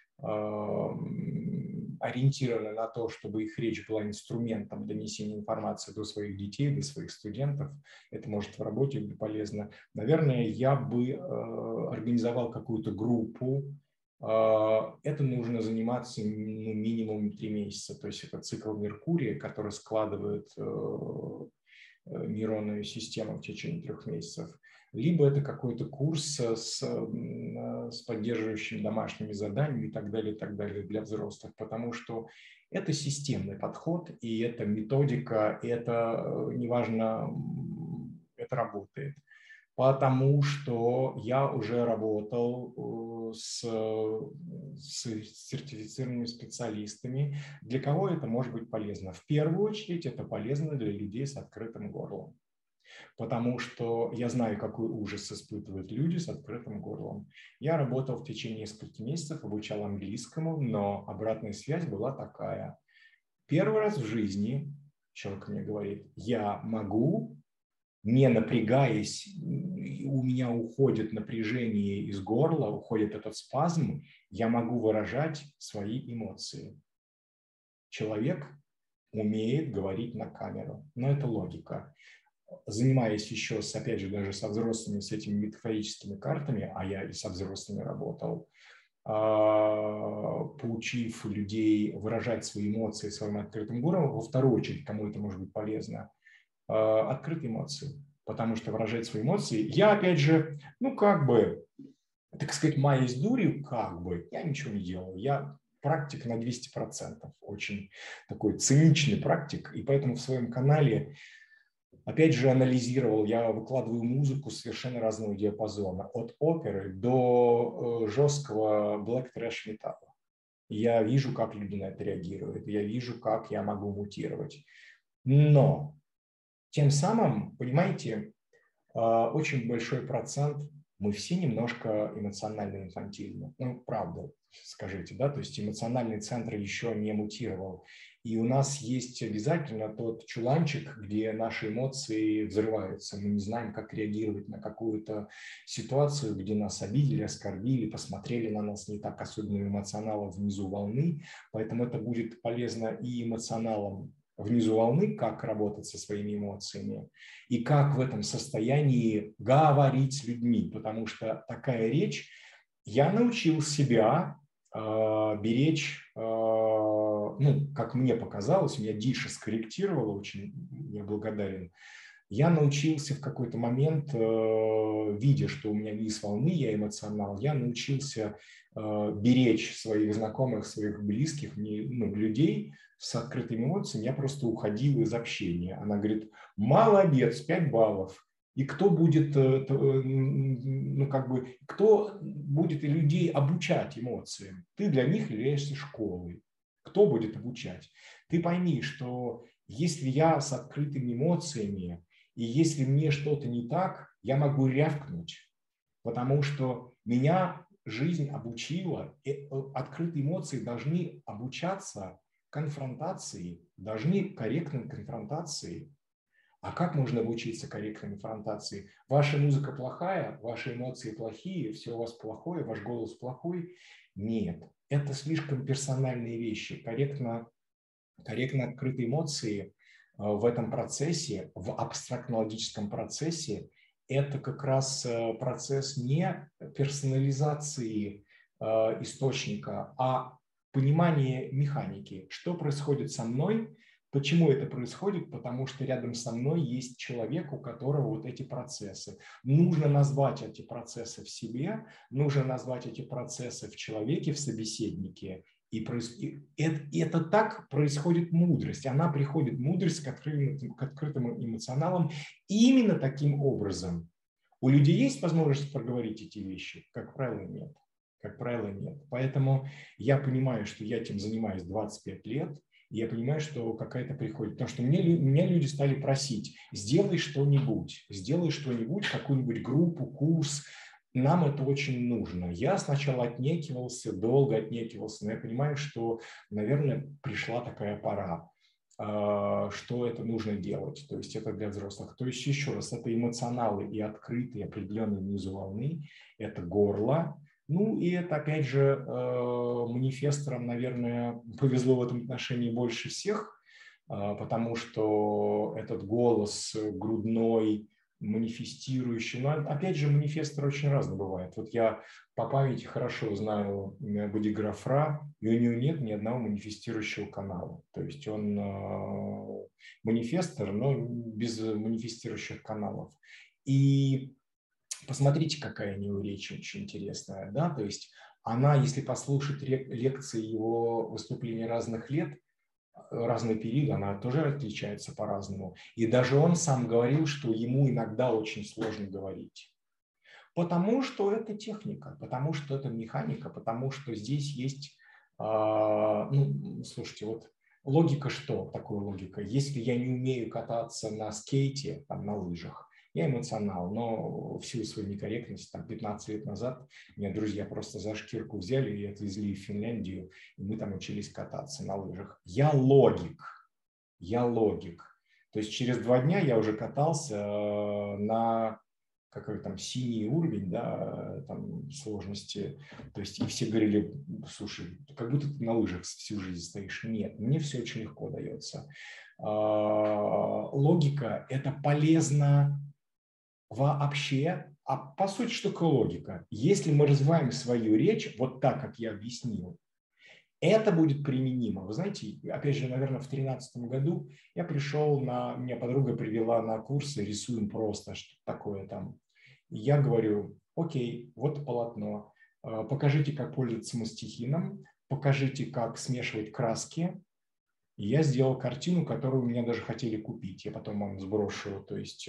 ориентированы на то, чтобы их речь была инструментом донесения информации до своих детей, до своих студентов. Это может в работе быть полезно. Наверное, я бы организовал какую-то группу. Это нужно заниматься минимум 3 месяца. То есть это цикл Меркурия, который складывает нейронную систему в течение 3 месяцев. Либо это какой-то курс с поддерживающими домашними заданиями и так далее для взрослых, потому что это системный подход, и это методика, и это, неважно, это работает. Потому что я уже работал с сертифицированными специалистами. Для кого это может быть полезно? В первую очередь это полезно для людей с открытым горлом. Потому что я знаю, какой ужас испытывают люди с открытым горлом. Я работал в течение нескольких месяцев, обучал английскому, но обратная связь была такая. Первый раз в жизни человек мне говорит: я могу не напрягаясь, у меня уходит напряжение из горла, уходит этот спазм, я могу выражать свои эмоции. Человек умеет говорить на камеру, но это логика. Занимаясь еще, опять же, даже со взрослыми, с этими метафорическими картами, а я и со взрослыми работал, поучив людей выражать свои эмоции своим открытым горлом, во вторую очередь, кому это может быть полезно, открытые эмоции. Потому что выражать свои эмоции, я, опять же, ну, как бы, так сказать, маясь дурью, как бы, я ничего не делаю. Я практик на 200%, очень такой циничный практик, и поэтому в своем канале, опять же, анализировал, я выкладываю музыку совершенно разного диапазона, от оперы до жесткого black trash металла. Я вижу, как люди на это реагируют, я вижу, как я могу мутировать. Но тем самым, понимаете, очень большой процент, мы все немножко эмоционально инфантильны. Ну, правда, скажите, да, то есть эмоциональный центр еще не мутировал. И у нас есть обязательно тот чуланчик, где наши эмоции взрываются. Мы не знаем, как реагировать на какую-то ситуацию, где нас обидели, оскорбили, посмотрели на нас не так, особенно эмоционалов внизу волны. Поэтому это будет полезно и эмоционалам внизу волны, как работать со своими эмоциями и как в этом состоянии говорить с людьми, потому что такая речь, я научил себя беречь, ну, как мне показалось, меня Диша скорректировала, очень я благодарен, я научился в какой-то момент, видя, что у меня низ волны, я эмоционал, я научился беречь своих знакомых, своих близких, ну, людей с открытыми эмоциями. Я просто уходил из общения. Она говорит, молодец, 5 баллов. И кто будет, ну, как бы, кто будет людей обучать эмоциям? Ты для них являешься школой. Кто будет обучать? Ты пойми, что если я с открытыми эмоциями, и если мне что-то не так, я могу рявкнуть, потому что меня жизнь обучила, открытые эмоции должны обучаться конфронтации, должны корректной конфронтации. А как можно обучиться корректной конфронтации? Ваша музыка плохая, ваши эмоции плохие, все у вас плохое, ваш голос плохой? Нет, это слишком персональные вещи. Корректно открытые эмоции в этом процессе, в абстрактно-логическом процессе, это как раз процесс не персонализации источника, а понимания механики. Что происходит со мной? Почему это происходит? Потому что рядом со мной есть человек, у которого вот эти процессы. Нужно назвать эти процессы в себе, нужно назвать эти процессы в человеке, в собеседнике. И это так происходит мудрость. Она приходит, мудрость, к открытым эмоционалам именно таким образом. У людей есть возможность проговорить эти вещи? Как правило, нет. Как правило, нет. Поэтому я понимаю, что я этим занимаюсь 25 лет, и я понимаю, что какая-то приходит. Потому что меня люди стали просить, сделай что-нибудь, какую-нибудь группу, курс. Нам это очень нужно. Я сначала отнекивался, долго отнекивался, но я понимаю, что, наверное, пришла такая пора, что это нужно делать. То есть это для взрослых. То есть еще раз, это эмоционалы и открытые определенные внизу волны, это горло. Ну и это, опять же, манифесторам, наверное, повезло в этом отношении больше всех, потому что этот голос грудной, манифестирующий. Но, опять же, манифесторы очень разные бывают. Вот я по памяти хорошо знаю бодиграфа, и у него нет ни одного манифестирующего канала. То есть он манифестор, но без манифестирующих каналов. И посмотрите, какая у него речь очень интересная. Да? То есть она, если послушать лекции его выступлений разных лет, разный период, она тоже отличается по-разному. И даже он сам говорил, что ему иногда очень сложно говорить. Потому что это техника, потому что это механика, потому что здесь есть, ну, слушайте, вот логика что? Такое логика. Если я не умею кататься на скейте, там, на лыжах, я эмоционал, но в силу своей некорректности, там, 15 лет назад меня друзья просто за шкирку взяли и отвезли в Финляндию, и мы там учились кататься на лыжах. Я логик. То есть через 2 дня я уже катался на какой там синий уровень, да, там сложности. То есть и все говорили, слушай, как будто ты на лыжах всю жизнь стоишь. Нет, мне все очень легко дается. Логика – это полезно вообще. А по сути, что такое логика? Если мы развиваем свою речь вот так, как я объяснил, это будет применимо. Вы знаете, опять же, наверное, в 2013 году я пришел меня подруга привела на курсы «Рисуем просто», что такое там. И я говорю, окей, вот полотно, покажите, как пользоваться мастихином, покажите, как смешивать краски. И я сделал картину, которую у меня даже хотели купить. Я потом вам сброшу, то есть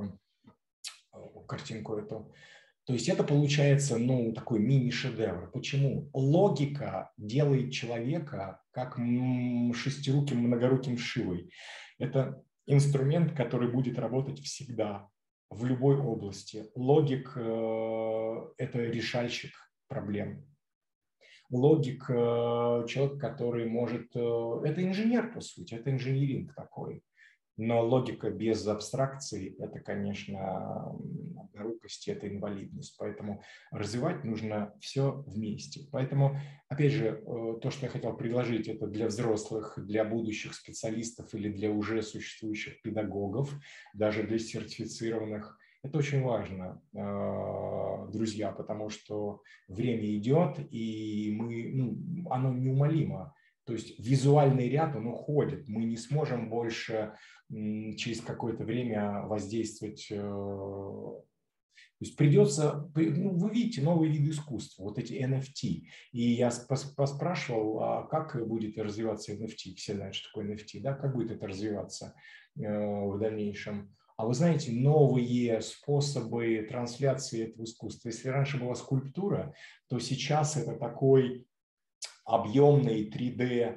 картинку эту. То есть это получается, ну, такой мини-шедевр. Почему? Логика делает человека как шестируким, многоруким Шивой. Это инструмент, который будет работать всегда, в любой области. Логик – это решальщик проблем. Логик – человек, который может… Это инженер, по сути, это инжиниринг такой. Но логика без абстракции – это, конечно, однорукость, это инвалидность. Поэтому развивать нужно все вместе. Поэтому, опять же, то, что я хотел предложить, это для взрослых, для будущих специалистов или для уже существующих педагогов, даже для сертифицированных. Это очень важно, друзья, потому что время идет, и оно неумолимо. То есть визуальный ряд, он уходит. Мы не сможем больше через какое-то время воздействовать. То есть придется, вы видите, новые виды искусства, вот эти NFT. И я поспрашивал, а как будет развиваться NFT. Все знают, что такое NFT, да? Как будет это развиваться в дальнейшем. А вы знаете, новые способы трансляции этого искусства. Если раньше была скульптура, то сейчас это такой объемный 3D,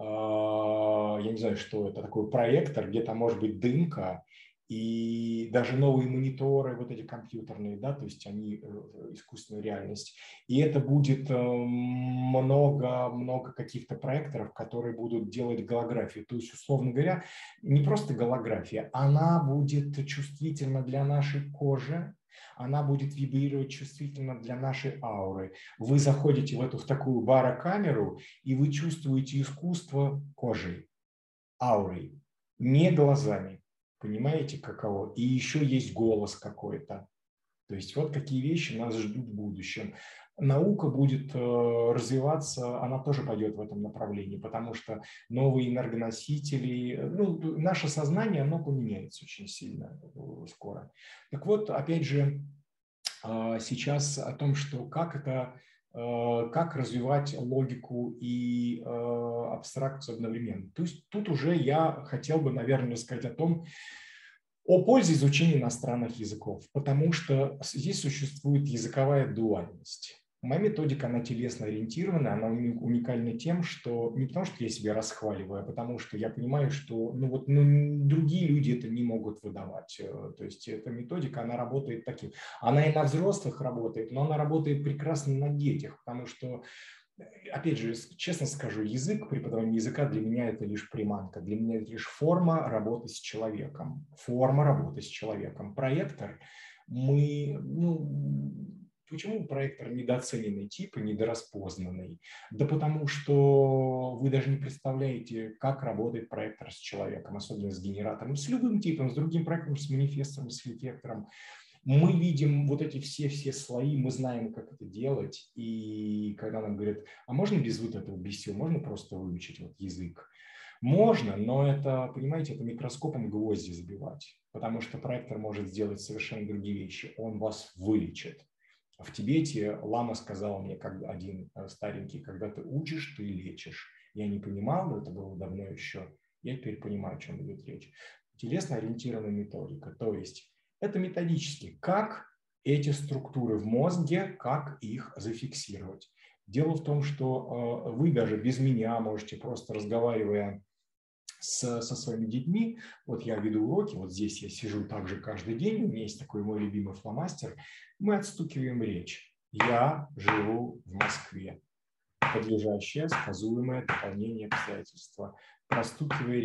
я не знаю, что это, такой проектор, где там может быть дымка, и даже новые мониторы, вот эти компьютерные, да, то есть они искусственную реальность. И это будет много каких-то проекторов, которые будут делать голографию. То есть, условно говоря, не просто голография, она будет чувствительна для нашей кожи, она будет вибрировать чувствительно для нашей ауры. Вы заходите в такую барокамеру, и вы чувствуете искусство кожей, аурой, не глазами. Понимаете, каково? И еще есть голос какой-то. То есть вот какие вещи нас ждут в будущем. Наука будет развиваться, она тоже пойдет в этом направлении, потому что новые энергоносители, наше сознание, оно поменяется очень сильно скоро. Так вот, опять же, сейчас о том, что как развивать логику и абстракцию одновременно. То есть тут уже я хотел бы, наверное, сказать о пользе изучения иностранных языков, потому что здесь существует языковая дуальность. Моя методика, она телесно ориентирована, она уникальна тем, что не потому, что я себя расхваливаю, а потому что я понимаю, что другие люди это не могут выдавать. То есть эта методика, она работает таким. Она и на взрослых работает, но она работает прекрасно на детях, потому что, опять же, честно скажу, преподавание языка для меня это лишь приманка, для меня это лишь форма работы с человеком. Форма работы с человеком. Проектор, почему проектор недооцененный тип и недораспознанный? Да потому что вы даже не представляете, как работает проектор с человеком, особенно с генератором, с любым типом, с другим проектором, с манифестором, с эффектором. Мы видим вот эти все слои, мы знаем, как это делать. И когда нам говорят, а можно без вот этого, без всего, можно просто выучить вот язык? Можно, но это, понимаете, это микроскопом гвозди забивать, потому что проектор может сделать совершенно другие вещи. Он вас вылечит. В Тибете лама сказал мне, как один старенький, когда ты учишь, ты лечишь. Я не понимал, но это было давно еще. Я теперь понимаю, о чем идет речь. Телесно-ориентированная методика, то есть это методически, как эти структуры в мозге, как их зафиксировать. Дело в том, что вы даже без меня можете, просто разговаривая со своими детьми, вот я веду уроки, вот здесь я сижу также каждый день, у меня есть такой мой любимый фломастер, мы отстукиваем речь. Я живу в Москве. Подлежащее, сказуемое дополнение обстоятельства. Простукивая речь.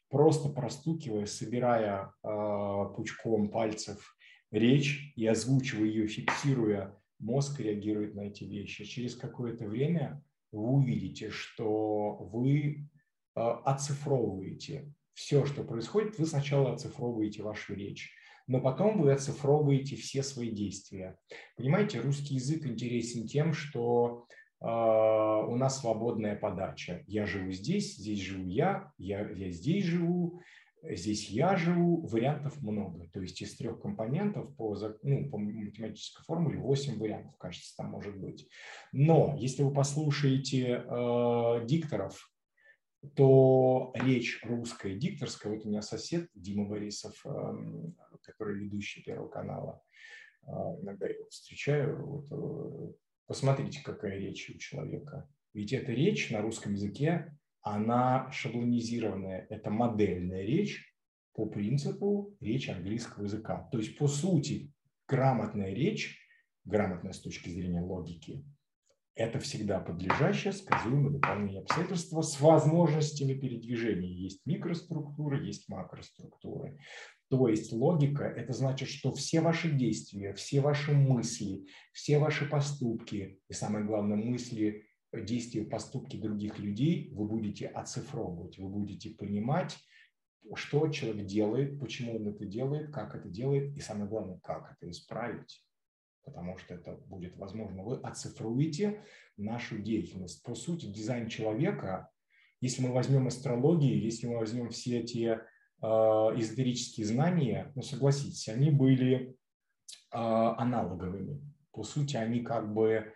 просто простукивая, собирая пучком пальцев речь и озвучивая ее, фиксируя, мозг реагирует на эти вещи. Через какое-то время вы увидите, что вы оцифровываете все, что происходит. Вы сначала оцифровываете вашу речь, но потом вы оцифровываете все свои действия. Понимаете, русский язык интересен тем, что у нас свободная подача. Я живу здесь, здесь живу я здесь живу, здесь я живу. Вариантов много. То есть из 3 компонентов по математической формуле 8 вариантов, кажется, там может быть. Но если вы послушаете дикторов, то речь русская, дикторская, вот у меня сосед Дима Борисов, который ведущий Первого канала, иногда я его встречаю, вот, посмотрите, какая речь у человека. Ведь эта речь на русском языке, она шаблонизированная, это модельная речь по принципу речи английского языка. То есть, по сути, грамотная речь, грамотная с точки зрения логики, это всегда подлежащее сказуемое дополнение обстоятельства с возможностями передвижения. Есть микроструктуры, есть макроструктуры. То есть логика – это значит, что все ваши действия, все ваши мысли, все ваши поступки и, самое главное, мысли, действия, поступки других людей вы будете оцифровывать, вы будете понимать, что человек делает, почему он это делает, как это делает и, самое главное, как это исправить. Потому что это будет возможно. Вы оцифруете нашу деятельность. По сути, дизайн человека, если мы возьмем астрологию, если мы возьмем все эти эзотерические знания, ну, согласитесь, они были аналоговыми. По сути, они как бы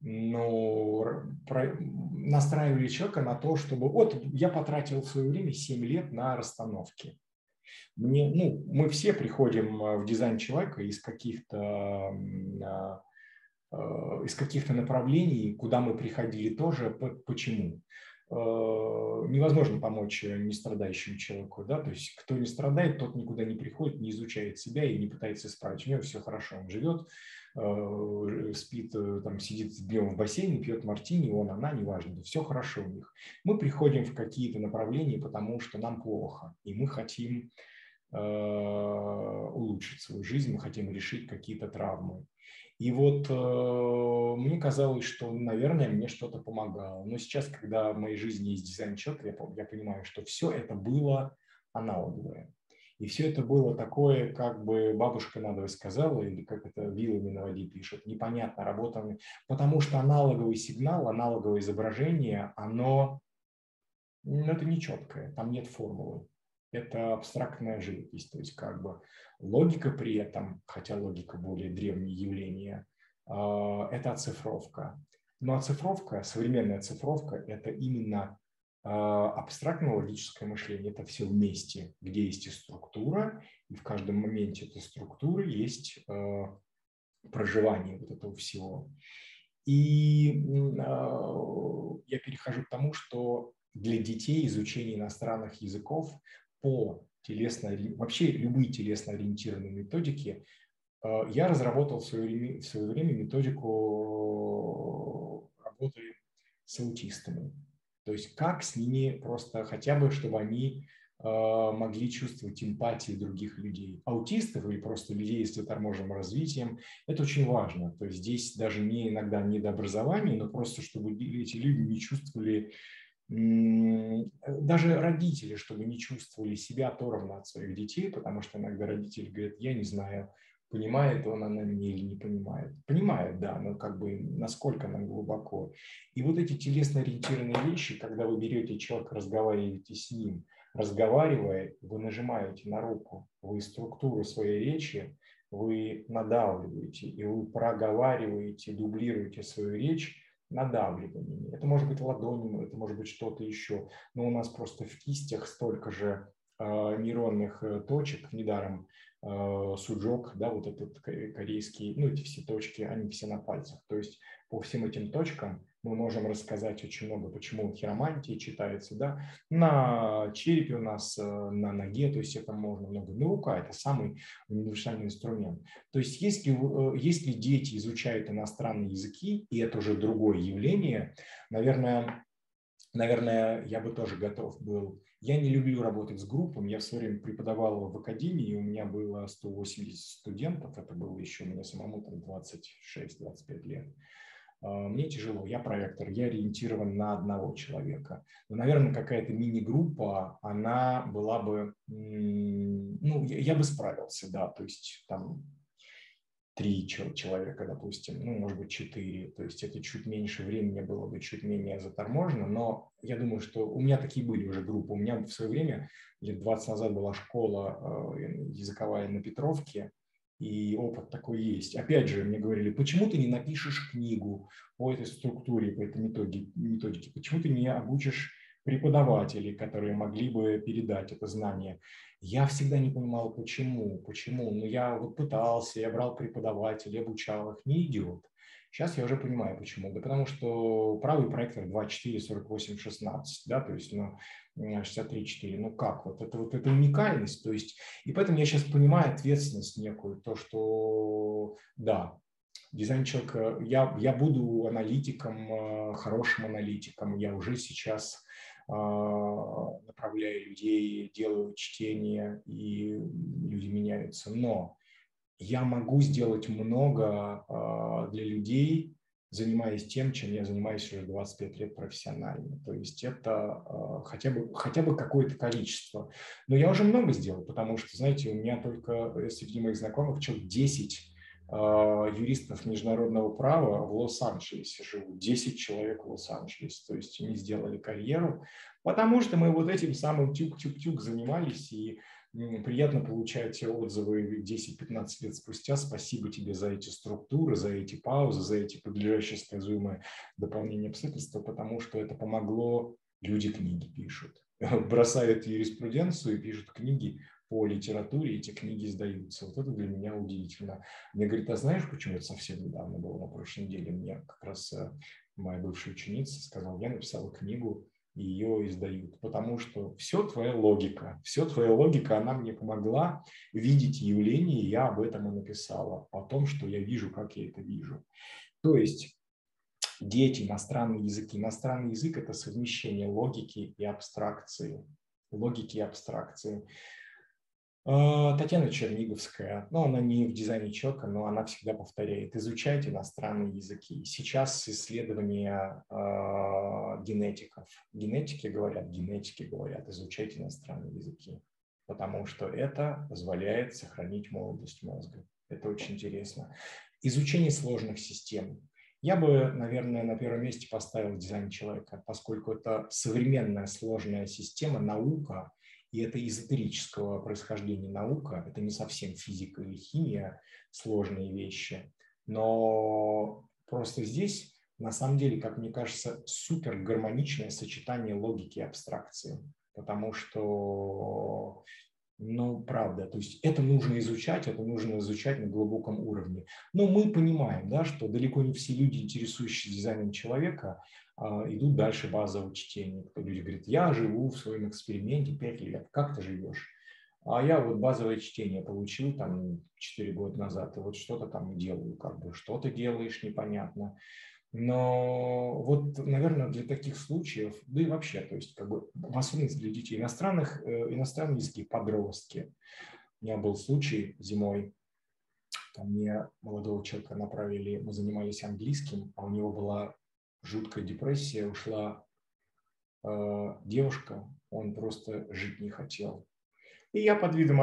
настраивали человека на то, чтобы вот я потратил в свое время 7 лет на расстановки. Мы все приходим в дизайн человека из каких-то направлений, куда мы приходили тоже. Почему? Невозможно помочь нестрадающему человеку, да, то есть кто не страдает, тот никуда не приходит, не изучает себя и не пытается исправить. У него все хорошо, он живет, спит, там, сидит днем в бассейне, пьет мартини, он, она, неважно, все хорошо у них. Мы приходим в какие-то направления, потому что нам плохо, и мы хотим улучшить свою жизнь, мы хотим решить какие-то травмы. И вот мне казалось, что, наверное, мне что-то помогало. Но сейчас, когда в моей жизни есть дизайн-человек, я понимаю, что все это было аналоговое. И все это было такое, как бы бабушка надо сказала, или как это вилами на воде пишут, непонятно работа. Потому что аналоговый сигнал, аналоговое изображение, оно это нечеткое, там нет формулы. Это абстрактная живопись, то есть как бы логика при этом, хотя логика более древнее явление, это оцифровка. Но оцифровка, современная оцифровка, это именно абстрактное логическое мышление. Это все вместе, где есть и структура, и в каждом моменте этой структуры есть проживание вот этого всего. И я перехожу к тому, что для детей изучение иностранных языков по вообще любые телесно-ориентированные методики, я разработал в свое время методику работы с аутистами. То есть как с ними просто хотя бы, чтобы они могли чувствовать эмпатию других людей. Аутистов или просто людей с заторможенным развитием – это очень важно. То есть здесь даже иногда не до образования, но просто чтобы эти люди не чувствовали, даже родители, чтобы не чувствовали себя оторванно от своих детей, потому что иногда родители говорят, я не знаю, понимает она меня или не понимает. Понимает, да, но как бы насколько она глубоко. И вот эти телесно-ориентированные вещи, когда вы берете человека, разговариваете с ним, разговаривая, вы нажимаете на руку, вы структуру своей речи, вы надавливаете, и вы проговариваете, дублируете свою речь надавливаниями. Это может быть ладонями, это может быть что-то еще. Но у нас просто в кистях столько же нейронных точек, недаром суджок, да, вот этот корейский, ну, эти все точки, они все на пальцах. То есть по всем этим точкам мы можем рассказать очень много, почему хиромантия читается, да, на черепе у нас, на ноге, то есть это можно много. Но рука – это самый универсальный инструмент. То есть если дети изучают иностранные языки, и это уже другое явление, наверное, я бы тоже готов был Я не люблю работать с группами. Я в свое время преподавал в академии, и у меня было 180 студентов. Это было еще мне самому там 26-25 лет. Мне тяжело, я проектор, я ориентирован на одного человека. Но, наверное, какая-то мини-группа, она была бы, ну, я бы справился, да, то есть там 3 человека, допустим, ну, может быть, 4, то есть это чуть меньше времени было бы, чуть менее заторможено, но я думаю, что у меня такие были уже группы. У меня в свое время, лет 20 назад, была школа языковая на Петровке, и опыт такой есть. Опять же, мне говорили, почему ты не напишешь книгу по этой структуре, по этой методике, почему ты не обучишь преподавателей, которые могли бы передать это знание. Я всегда не понимал, почему. Ну, я вот пытался, я брал преподавателей, обучал их, не идет. Сейчас я уже понимаю, почему. Да потому что правый проектор 2.4, 48, 16, да, то есть, ну, 63.4, ну как, вот это уникальность, то есть, и поэтому я сейчас понимаю ответственность некую, то, что, да, дизайн человека, я буду аналитиком, хорошим аналитиком, я уже сейчас направляю людей, делаю чтение, и люди меняются. Но я могу сделать много для людей, занимаясь тем, чем я занимаюсь уже 25 лет профессионально. То есть это хотя бы какое-то количество. Но я уже много сделал, потому что, знаете, у меня только среди моих знакомых человек 10 юристов международного права в Лос-Анджелесе живут, 10 человек в Лос-Анджелесе, то есть они сделали карьеру, потому что мы вот этим самым тюк-тюк-тюк занимались, и приятно получать отзывы 10-15 лет спустя. Спасибо тебе за эти структуры, за эти паузы, за эти подлежащие сказуемые дополнения обстоятельства, потому что это помогло, люди книги пишут, бросают юриспруденцию и пишут книги по литературе, эти книги издаются. Вот это для меня удивительно. Мне говорит, а знаешь, почему это совсем недавно было, на прошлой неделе? Мне как раз моя бывшая ученица сказала, я написала книгу, и ее издают, потому что все твоя логика, она мне помогла видеть явление, и я об этом и написала, о том, что я вижу, как я это вижу. То есть дети, иностранные языки. Иностранный язык – это совмещение логики и абстракции. Татьяна Черниговская, ну, она не в дизайне человека, но она всегда повторяет, изучайте иностранные языки. Сейчас исследования генетики говорят, изучайте иностранные языки, потому что это позволяет сохранить молодость мозга. Это очень интересно. Изучение сложных систем. Я бы, наверное, на первом месте поставил дизайн человека, поскольку это современная сложная система, наука, и это эзотерического происхождения наука, это не совсем физика или химия, сложные вещи, но просто здесь, на самом деле, как мне кажется, супер гармоничное сочетание логики и абстракции, потому что, ну, правда, то есть это нужно изучать на глубоком уровне. Но мы понимаем, да, что далеко не все люди, интересующиеся дизайном человека, идут дальше базового чтения. Люди говорят, я живу в своем эксперименте 5 лет, как ты живешь? А я вот базовое чтение получил там 4 года назад, и вот что-то там делаю, как бы, что ты делаешь, непонятно. Но вот, наверное, для таких случаев, да и вообще, то есть как бы в особенности для детей иностранные языки, подростки. У меня был случай зимой, ко мне молодого человека направили, мы занимались английским, а у него была жуткая депрессия, ушла девушка, он просто жить не хотел. И я под видом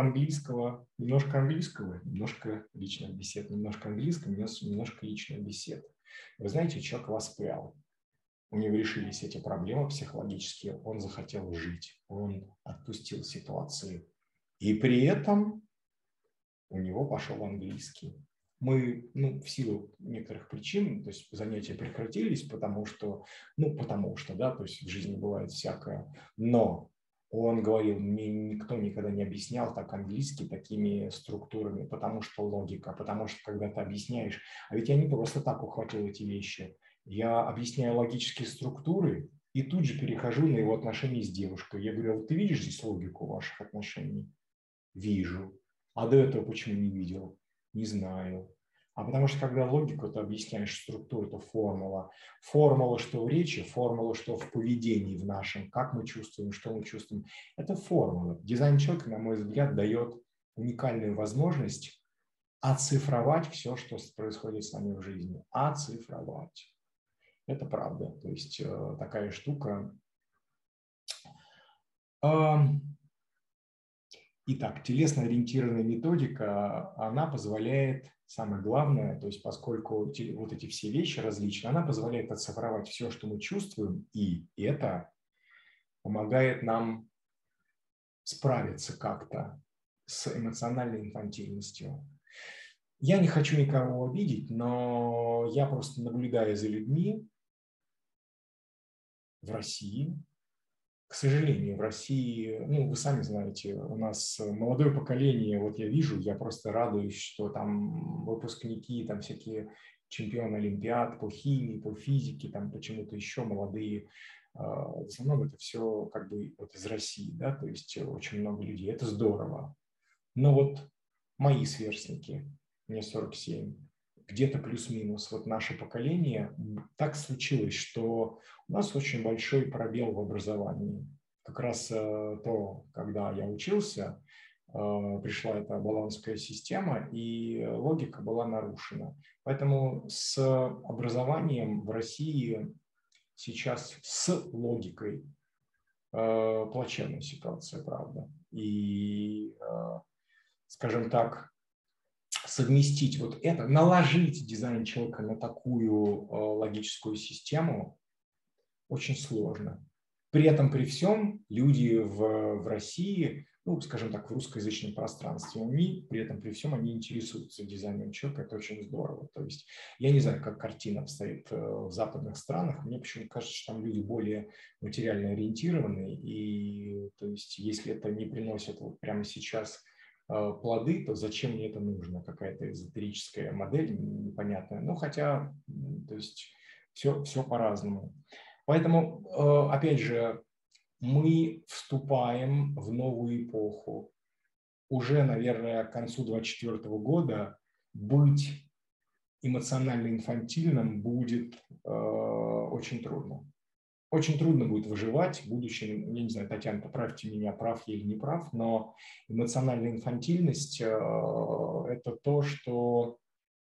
немножко личных бесед, немножко английского, немножко личных бесед. Вы знаете, человек воспрял. У него решились эти проблемы психологические, он захотел жить, он отпустил ситуации. И при этом у него пошел английский. Мы, в силу некоторых причин, то есть занятия прекратились, потому что, да, то есть в жизни бывает всякое, но он говорил, мне никто никогда не объяснял так английский такими структурами, потому что логика, потому что когда ты объясняешь, а ведь я не просто так ухватил эти вещи, я объясняю логические структуры и тут же перехожу на его отношения с девушкой. Я говорю, а вот ты видишь здесь логику ваших отношений? Вижу. А до этого почему не видел? Не знаю. А потому что когда логику ты объясняешь структуру, это формула. Формула, что в речи, формула, что в поведении в нашем, как мы чувствуем, что мы чувствуем. Это формула. Дизайн человека, на мой взгляд, дает уникальную возможность оцифровать все, что происходит с нами в жизни. Оцифровать. Это правда. То есть такая штука. Итак, телесно-ориентированная методика, она позволяет, самое главное, то есть поскольку вот эти все вещи различные, она позволяет оцифровать все, что мы чувствуем, и это помогает нам справиться как-то с эмоциональной инфантильностью. Я не хочу никого обидеть, но я просто наблюдаю за людьми в России. К сожалению, в России, ну, вы сами знаете, у нас молодое поколение, вот я вижу, я просто радуюсь, что там выпускники, там всякие чемпионы Олимпиад по химии, по физике, там почему-то еще молодые. В основном это все как бы вот из России, да, то есть очень много людей, это здорово. Но вот мои сверстники, мне 47, где-то плюс-минус, вот наше поколение, так случилось, что у нас очень большой пробел в образовании. Как раз то, когда я учился, пришла эта баллонская система, и логика была нарушена. Поэтому с образованием в России сейчас с логикой плачевная ситуация, правда. И, скажем так, совместить вот это, наложить дизайн человека на такую логическую систему очень сложно. При этом, при всем, люди в России, ну, скажем так, в русскоязычном пространстве, они, при этом, при всем, они интересуются дизайном человека, это очень здорово. То есть я не знаю, как картина обстоит в западных странах, мне почему-то кажется, что там люди более материально ориентированы, и то есть если это не приносит вот прямо сейчас плоды, то зачем мне это нужно? Какая-то эзотерическая модель непонятная. Ну, хотя, то есть все по-разному. Поэтому, опять же, мы вступаем в новую эпоху. Уже, наверное, к концу 2024 года быть эмоционально инфантильным будет очень трудно. Очень трудно будет выживать, будучи, я не знаю, Татьяна, поправьте меня, прав я или не прав, но эмоциональная инфантильность – это то, что…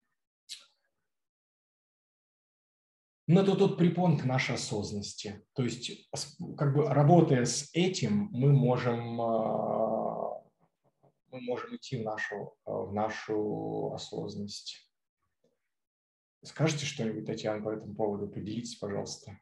Ну, это тот препон к нашей осознанности. То есть, как бы работая с этим, мы можем идти в нашу осознанность. Скажите что-нибудь, Татьяна, по этому поводу? Поделитесь, пожалуйста.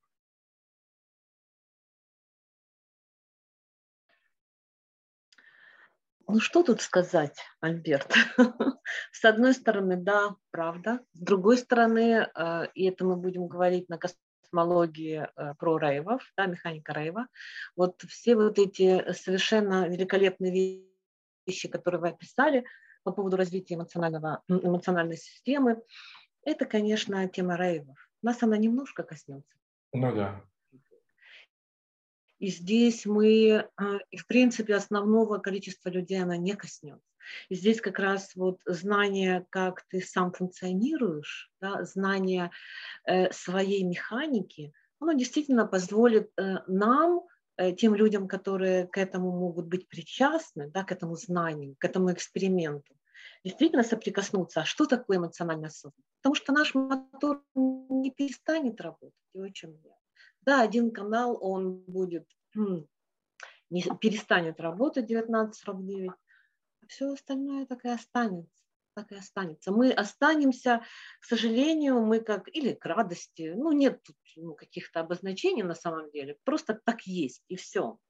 Ну, что тут сказать, Альберт? С одной стороны, да, правда. С другой стороны, и это мы будем говорить на космологии про рейвов, да, механика рейва. Вот все вот эти совершенно великолепные вещи, которые вы описали по поводу развития эмоциональной системы, это, конечно, тема рейвов. Нас она немножко коснется. Ну да. И здесь мы, и в принципе, основного количества людей она не коснется. И здесь как раз вот знание, как ты сам функционируешь, да, знание своей механики, оно действительно позволит нам, тем людям, которые к этому могут быть причастны, да, к этому знанию, к этому эксперименту, действительно соприкоснуться. А что такое эмоциональная осознанность? Потому что наш мотор не перестанет работать. И о чем я. Да, один канал, он будет, не перестанет работать 19:49, а все остальное так и останется. Так и останется. Мы останемся, к сожалению, мы как, или к радости, ну нет тут каких-то обозначений на самом деле, просто так есть, и все.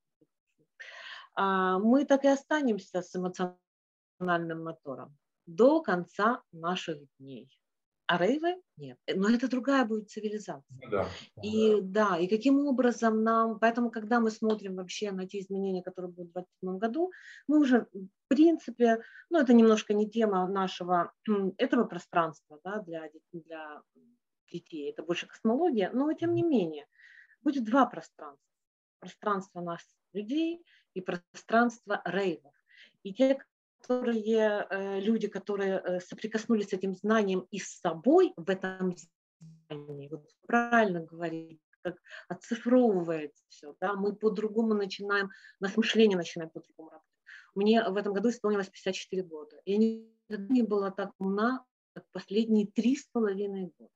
Мы так и останемся с эмоциональным мотором до конца наших дней. А рейвы нет. Но это другая будет цивилизация. Ну да. И да, и каким образом нам, поэтому когда мы смотрим вообще на те изменения, которые будут в 2027 году, мы уже в принципе, ну это немножко не тема нашего, этого пространства, да, для детей, это больше космология, но тем не менее, будет два пространства. Пространство нас, людей, и пространство рейвов. И те, которые люди, которые соприкоснулись с этим знанием и с собой в этом знании, вот правильно говорить, как оцифровывается все, да, мы по-другому начинаем, у нас мышление начинает по-другому работать. Мне в этом году исполнилось 54 года. Я никогда не была так умна, как последние 3,5 года.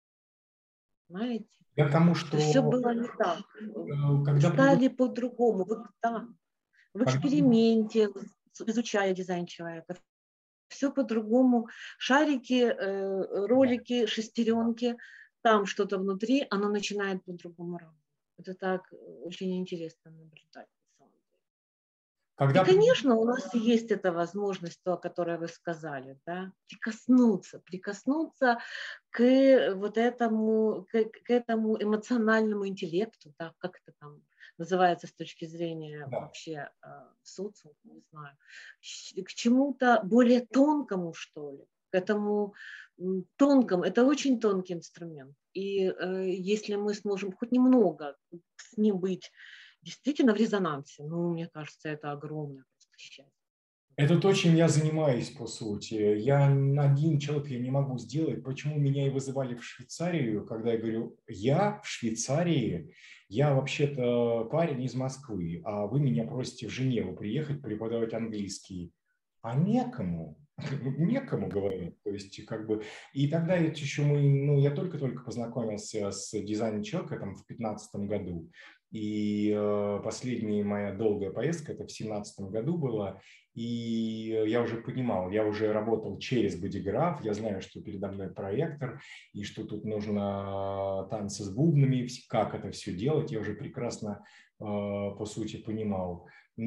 Знаете? Я к тому, То есть все что было не так. когда придут, Стали по-другому. Вот, да, в когда эксперименте, изучая дизайн человека, все по-другому. Шарики, да. ролики, шестеренки, там что-то внутри, оно начинает по-другому работать. Это так очень интересно наблюдать. На самом деле. И, Когда придут, конечно, у нас есть эта возможность, то, о которой вы сказали, да, прикоснуться к вот этому, к этому эмоциональному интеллекту, да, как это там называется с точки зрения да. вообще социума, не знаю, к чему-то более тонкому, что ли, к этому тонкому, это очень тонкий инструмент. И если мы сможем хоть немного с ним быть действительно в резонансе, ну, мне кажется, это огромное просто счастье. Это то, чем я занимаюсь, по сути. Я один человек я не могу сделать. Почему меня и вызывали в Швейцарию, когда я говорю, я в Швейцарии, я вообще-то парень из Москвы, а вы меня просите в Женеву приехать преподавать английский. А некому. Некому говорить. То есть, как бы, и тогда ведь еще ну, я только-только познакомился с дизайном человека там в 2015 году. И последняя моя долгая поездка, это в 2017 году была. И я уже понимал, я уже работал через бодиграф, я знаю, что передо мной проектор, и что тут нужно танцы с бубнами, как это все делать, я уже прекрасно, по сути, понимал.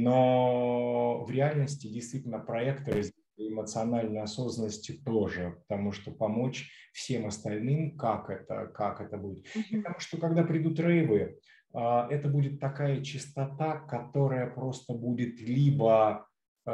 Но в реальности действительно проекторы эмоциональной осознанности тоже, потому что помочь всем остальным, как это будет. Потому что когда придут рейвы, это будет такая чистота, которая просто будет либо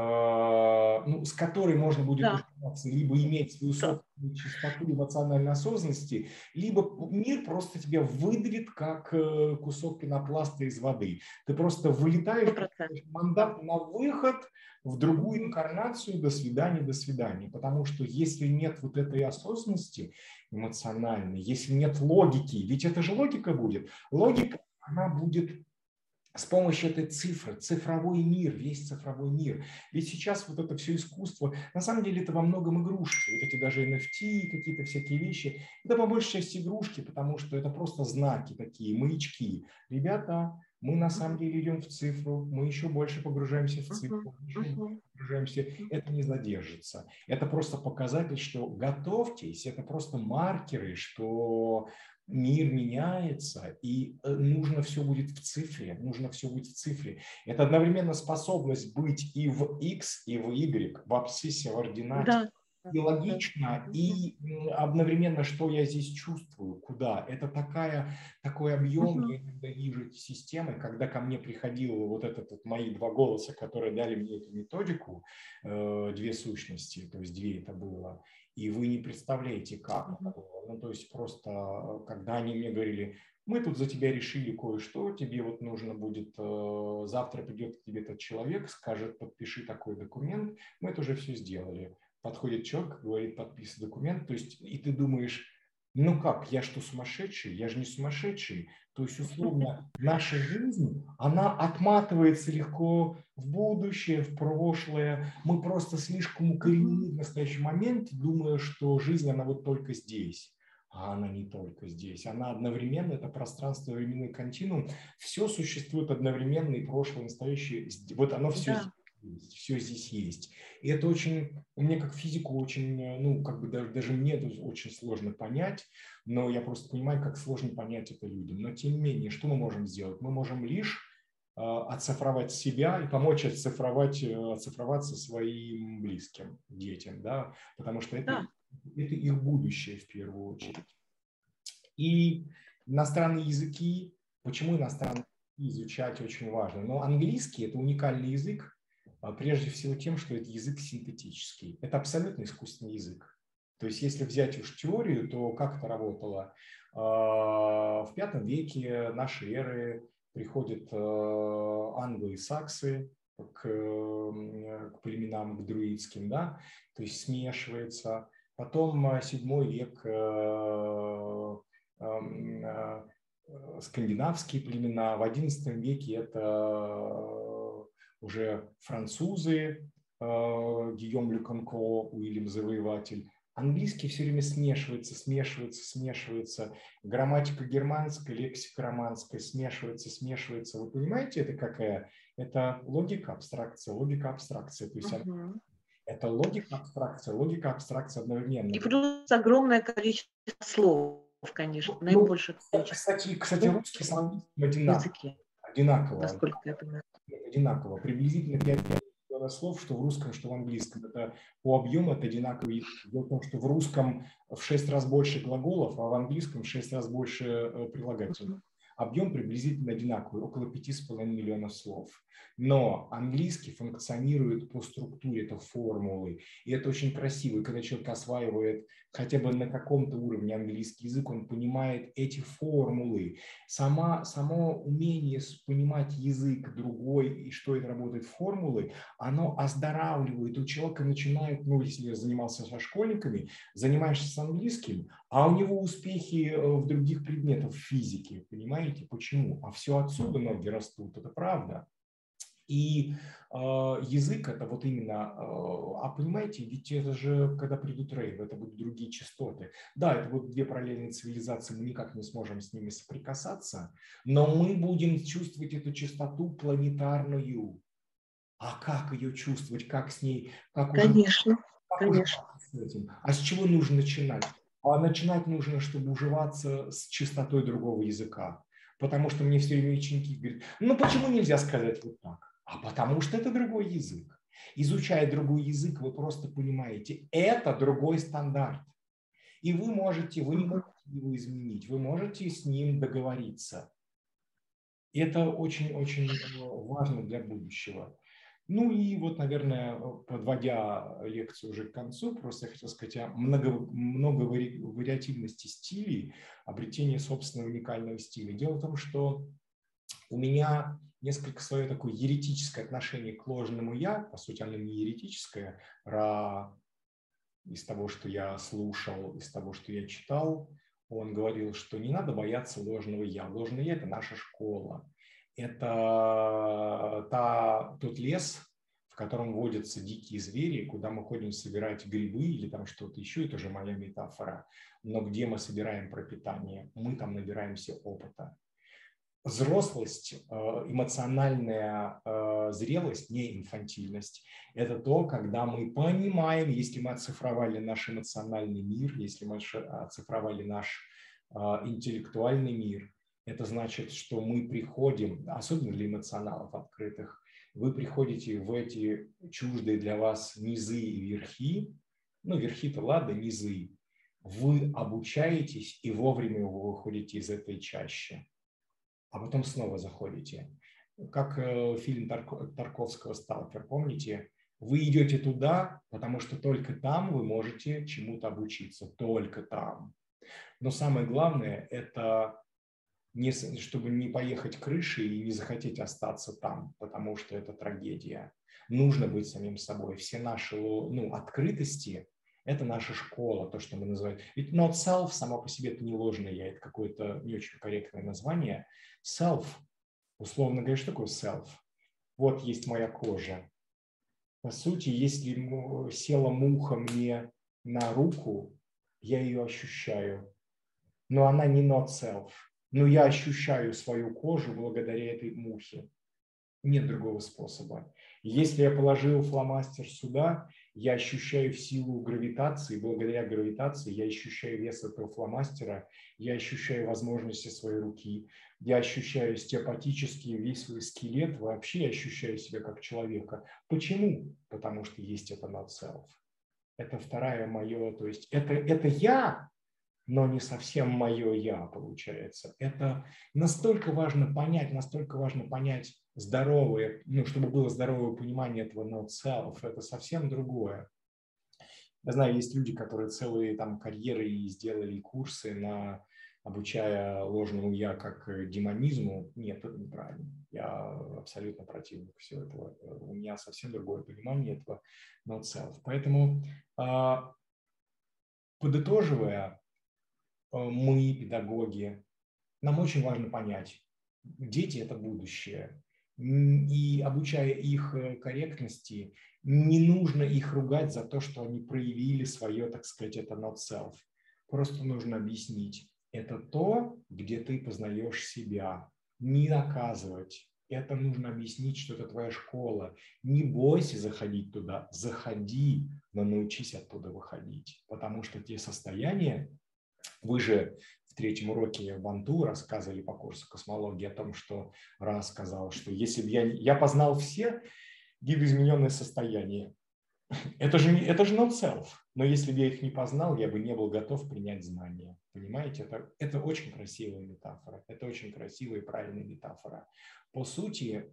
ну, с которой можно будет Да, упираться, либо иметь свою да, собственную чистоту эмоциональной осознанности, либо мир просто тебя выдавит, как кусок пенопласта из воды. Ты просто вылетаешь, 100%. Да. мандат на выход в другую инкарнацию, до свидания, до свидания. Потому что если нет вот этой осознанности эмоциональной, если нет логики, ведь это же логика будет, логика, она будет с помощью этой цифры, цифровой мир, весь цифровой мир. Ведь сейчас вот это все искусство, на самом деле это во многом игрушки. Вот эти даже NFT, какие-то всякие вещи, это по большей части игрушки, потому что это просто знаки такие, маячки. Ребята, мы на самом деле идем в цифру, мы еще больше погружаемся в цифру, еще больше погружаемся. Это не задержится. Это просто показатель, что готовьтесь, это просто маркеры, что мир меняется, и нужно все будет в цифре, нужно все быть в цифре. Это одновременно способность быть и в X, и в Y, в абсциссе, в ординате. Да, да, И да. логично, и одновременно, что я здесь чувствую, куда. Это такой объем, я иногда вижу эти системы, когда ко мне приходило вот мои два голоса, которые дали мне эту методику, две сущности, то есть две это было, и вы не представляете, как это было. Ну, то есть просто, когда они мне говорили, мы тут за тебя решили кое-что, тебе вот нужно будет, завтра придет к тебе этот человек, скажет, подпиши такой документ, мы это уже все сделали. Подходит человек, говорит, подписывай документ, то есть, и ты думаешь, ну как, я что, сумасшедший? Я же не сумасшедший. То есть, условно, наша жизнь, она отматывается легко в будущее, в прошлое. Мы просто слишком укоренены в настоящий момент, думая, что жизнь, она вот только здесь. А она не только здесь. Она одновременно, это пространство-временной континуум. Все существует одновременно, и прошлое, и настоящее. Вот оно все здесь Да. есть. Все здесь есть. И это очень, мне как физику очень, ну, как бы даже мне это очень сложно понять, но я просто понимаю, как сложно понять это людям. Но тем не менее, что мы можем сделать? Мы можем лишь оцифровать себя и помочь оцифроваться своим близким, детям, да, потому что это Да. их будущее в первую очередь. И иностранные языки, почему иностранные языки изучать очень важно? Но английский – это уникальный язык, прежде всего тем, что это язык синтетический. Это абсолютно искусственный язык. То есть если взять уж теорию, то как это работало? В V веке нашей эры приходят англо и саксы, к племенам, к друидским, да, то есть смешивается. Потом 7 век скандинавские племена, в XI веке это уже французы, Гийом Люканко, Уильям Завоеватель. Английский все время смешивается. Грамматика германская, лексика романская смешивается. Вы понимаете, это какая? Это логика, абстракция. То есть это логика, абстракция одновременно. И плюс огромное количество слов, конечно, наибольшее количество. Кстати, русский с английским одинаково. Насколько я понимаю. Одинаково. Приблизительно 5 слов, что в русском, что в английском. Это по объему это одинаково. Дело в том, что в русском в 6 раз больше глаголов, а в английском в 6 раз больше прилагательных. Объем приблизительно одинаковый, около 5,5 миллионов слов. Но английский функционирует по структуре, это формулы. И это очень красиво. И когда человек осваивает хотя бы на каком-то уровне английский язык, он понимает эти формулы. Само умение понимать язык другой и что это работает формулы, оно оздоравливает. У человека начинает, ну, если я занимался со школьниками, занимаешься с английским, а у него успехи в других предметах физики, понимаете, почему? А все отсюда ноги растут, это правда. И язык это вот именно, а понимаете, ведь это же, когда придут рейвы, это будут другие частоты. Да, это будут две параллельные цивилизации, мы никак не сможем с ними соприкасаться, но мы будем чувствовать эту частоту планетарную. А как ее чувствовать, как с ней, Конечно. с этим? А с чего нужно начинать? А начинать нужно, чтобы уживаться с частотой другого языка. Потому что мне все время ученики говорят, ну почему нельзя сказать вот так? А потому что это другой язык. Изучая другой язык, вы просто понимаете, это другой стандарт. И вы не можете его изменить, вы можете с ним договориться. Это очень-очень важно для будущего. Ну и вот, наверное, подводя лекцию уже к концу, просто я хотел сказать о многовариативности стилей, обретении собственного уникального стиля. Дело в том, что у меня несколько свое такое еретическое отношение к ложному «я», по сути, оно не еретическое, из того, что я слушал, из того, что я читал, он говорил, что не надо бояться ложного «я». Ложное «я» – это наша школа. Это тот лес, в котором водятся дикие звери, куда мы ходим собирать грибы или там что-то еще, это же моя метафора. Но где мы собираем пропитание, мы там набираемся опыта. Взрослость, эмоциональная зрелость, не инфантильность, это то, когда мы понимаем, если мы оцифровали наш эмоциональный мир, если мы оцифровали наш интеллектуальный мир, это значит, что мы приходим, особенно для эмоционалов открытых, вы приходите в эти чуждые для вас низы и верхи, ну верхи-то ладно, низы, вы обучаетесь и вовремя вы выходите из этой чащи. А потом снова заходите. Как фильм Тарковского «Сталкер», помните? Вы идете туда, потому что только там вы можете чему-то обучиться, только там. Но самое главное – это чтобы не поехать крышей и не захотеть остаться там, потому что это трагедия. Нужно быть самим собой. Все наши открытости – это наша школа, то, что мы называем. Ведь not self само по себе это не ложное я, это какое-то не очень корректное название. Self, условно говоря, что такое self? Вот есть моя кожа. По сути, если села муха мне на руку, я ее ощущаю, но она не not self. Но я ощущаю свою кожу благодаря этой мухе. Нет другого способа. Если я положил фломастер сюда, я ощущаю силу гравитации. Благодаря гравитации я ощущаю вес этого фломастера, я ощущаю возможности своей руки, я ощущаю остеопатически весь свой скелет, вообще ощущаю себя как человека. Почему? Потому что есть это not self. Это второе мое, то есть это я, но не совсем мое «я» получается. Это настолько важно понять здоровое, чтобы было здоровое понимание этого not self, это совсем другое. Я знаю, есть люди, которые целые там карьеры и сделали курсы на обучая ложному «я» как демонизму, нет, это неправильно. Я абсолютно противник всего этого. У меня совсем другое понимание этого not self. Поэтому, подытоживая, мы, педагоги, нам очень важно понять, дети – это будущее. И обучая их корректности, не нужно их ругать за то, что они проявили свое, так сказать, это not self. Просто нужно объяснить. Это то, где ты познаешь себя. Не наказывать. Это нужно объяснить, что это твоя школа. Не бойся заходить туда. Заходи, но научись оттуда выходить. Потому что те состояния, вы же в 3-м уроке Банту рассказывали по курсу космологии о том, что Ра сказал, что если бы я познал все видоизмененные состояния, это же not self. Но если бы я их не познал, я бы не был готов принять знания. Понимаете? Это очень красивая метафора. Это очень красивая и правильная метафора. По сути,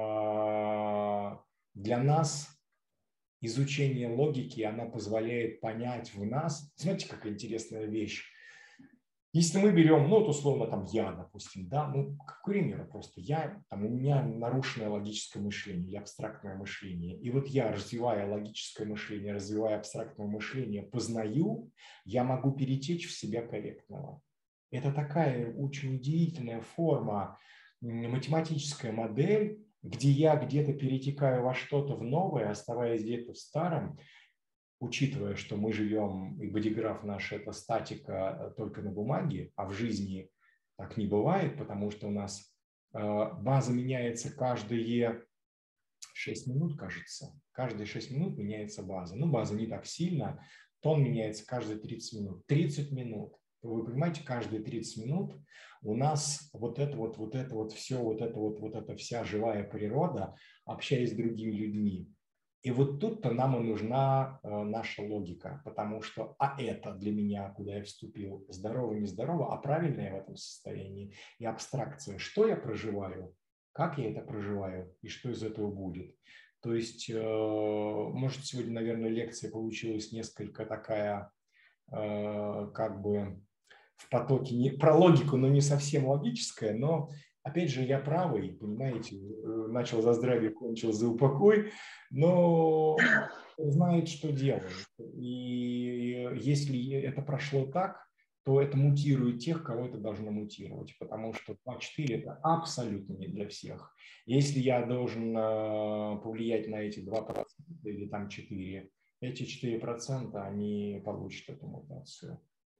для нас изучение логики, она позволяет понять в нас. Знаете, какая интересная вещь? Если мы берем, ну, вот условно, там, я, допустим, да, ну, к примеру, просто я, там, у меня нарушенное логическое мышление или абстрактное мышление. И вот я, развивая логическое мышление, развивая абстрактное мышление, познаю, я могу перетечь в себя корректного. Это такая очень удивительная форма, математическая модель, где я где-то перетекаю во что-то в новое, оставаясь где-то в старом, учитывая, что мы живем, и бодиграф наш – это статика только на бумаге, а в жизни так не бывает, потому что у нас база меняется каждые 6 минут, кажется. Каждые 6 минут меняется база. Ну, база не так сильно, тон меняется каждые 30 минут. 30 минут. Вы понимаете, каждые 30 минут у нас вот это вся живая природа, общаясь с другими людьми. И вот тут-то нам и нужна наша логика, потому что, это для меня, куда я вступил, здорово, не здорово, а правильно я в этом состоянии. И абстракция, что я проживаю, как я это проживаю и что из этого будет. То есть, может, сегодня, наверное, лекция получилась несколько такая, как бы в потоке, про логику, но не совсем логическая, но опять же, я правый, понимаете, начал за здравие, кончил за упокой, но знает, что делает. И если это прошло так, то это мутирует тех, кого это должно мутировать, потому что 2-4 – это абсолютно не для всех. Если я должен повлиять на эти 2% или там 4%, эти 4% они получат эту мутацию.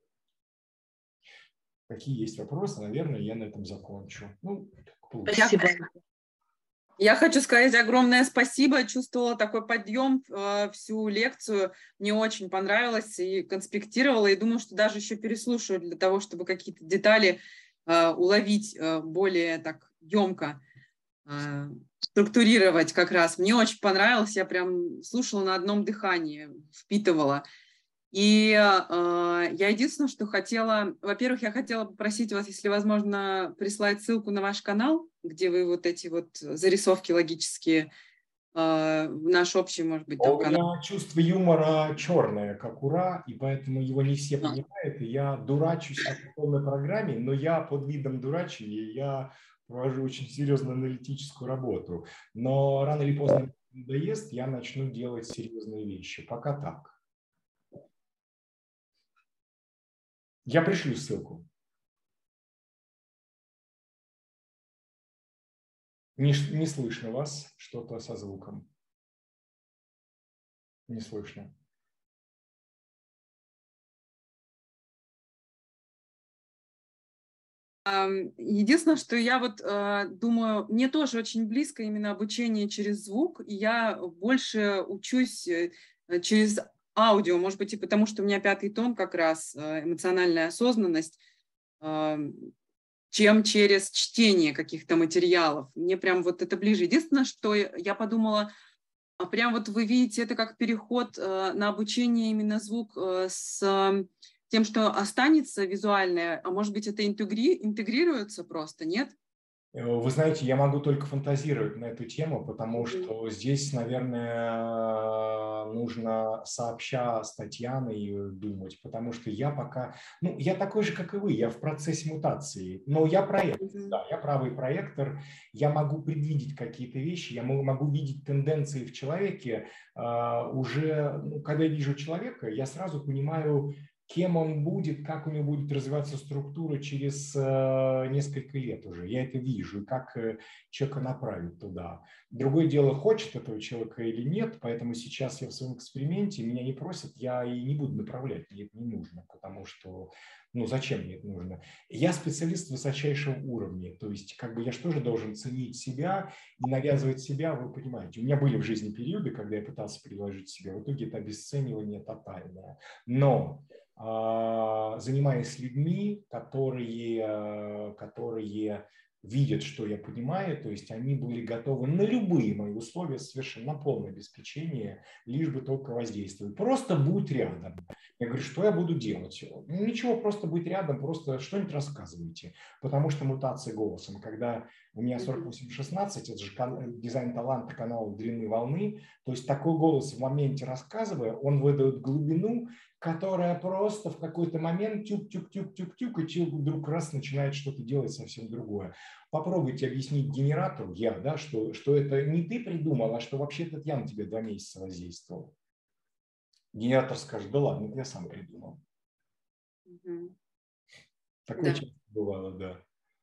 Какие есть вопросы? Наверное, я на этом закончу. Ну, спасибо. Я хочу сказать огромное спасибо. Чувствовала такой подъем всю лекцию. Мне очень понравилось и конспектировала. И думаю, что даже еще переслушаю для того, чтобы какие-то детали уловить более так емко, структурировать как раз. Мне очень понравилось. Я прям слушала на одном дыхании, впитывала. И я единственное, что хотела, во-первых, я хотела попросить вас, если возможно, прислать ссылку на ваш канал, где вы вот эти вот зарисовки логические, наш общий, может быть, там канал. У меня чувство юмора черное, как ура, и поэтому его не все понимают. И я дурачусь в полной программе, но я под видом дурачения, я провожу очень серьезную аналитическую работу. Но рано или поздно надоест, я начну делать серьезные вещи. Пока так. Я пришлю ссылку. Не слышно вас, что-то со звуком. Не слышно. Единственное, что я вот думаю, мне тоже очень близко именно обучение через звук, и я больше учусь через аудио, может быть, и потому что у меня 5-й тон как раз, эмоциональная осознанность, чем через чтение каких-то материалов. Мне прям вот это ближе. Единственное, что я подумала, прям вот вы видите это как переход на обучение именно звук с тем, что останется визуальное, а может быть, это интегрируется просто, нет? Вы знаете, я могу только фантазировать на эту тему, потому что здесь, наверное, нужно сообща с Татьяной думать, потому что я пока, ну, я такой же, как и вы, я в процессе мутации, но я проектор, да, я правый проектор, я могу предвидеть какие-то вещи, я могу видеть тенденции в человеке, уже, ну, когда я вижу человека, я сразу понимаю, кем он будет, как у него будет развиваться структура через несколько лет уже. Я это вижу, и как человека направить туда. Другое дело, хочет этого человека или нет, поэтому сейчас я в своем эксперименте, меня не просят, я и не буду направлять, мне это не нужно, потому что, ну, зачем мне это нужно? Я специалист высочайшего уровня, то есть как бы я же тоже должен ценить себя и навязывать себя, вы понимаете. У меня были в жизни периоды, когда я пытался предложить себя, в итоге это обесценивание тотальное. Но занимаясь с людьми, которые видят, что я понимаю, то есть они были готовы на любые мои условия, совершенно на полное обеспечение, лишь бы только воздействовать. Просто будь рядом. Я говорю, что я буду делать? Ну, ничего, просто будь рядом, просто что-нибудь рассказывайте. Потому что мутация голосом, когда у меня 48-16, это же дизайн таланта канала длины волны, то есть такой голос в моменте рассказывая, он выдает глубину, которая просто в какой-то момент тюк-тюк-тюк-тюк-тюк, и человек вдруг раз начинает что-то делать совсем другое. Попробуйте объяснить генератору, да, что это не ты придумал, а что вообще-то я на тебе 2 месяца воздействовал. Генератор скажет, да ладно, это я сам придумал. Такое часто бывало, да.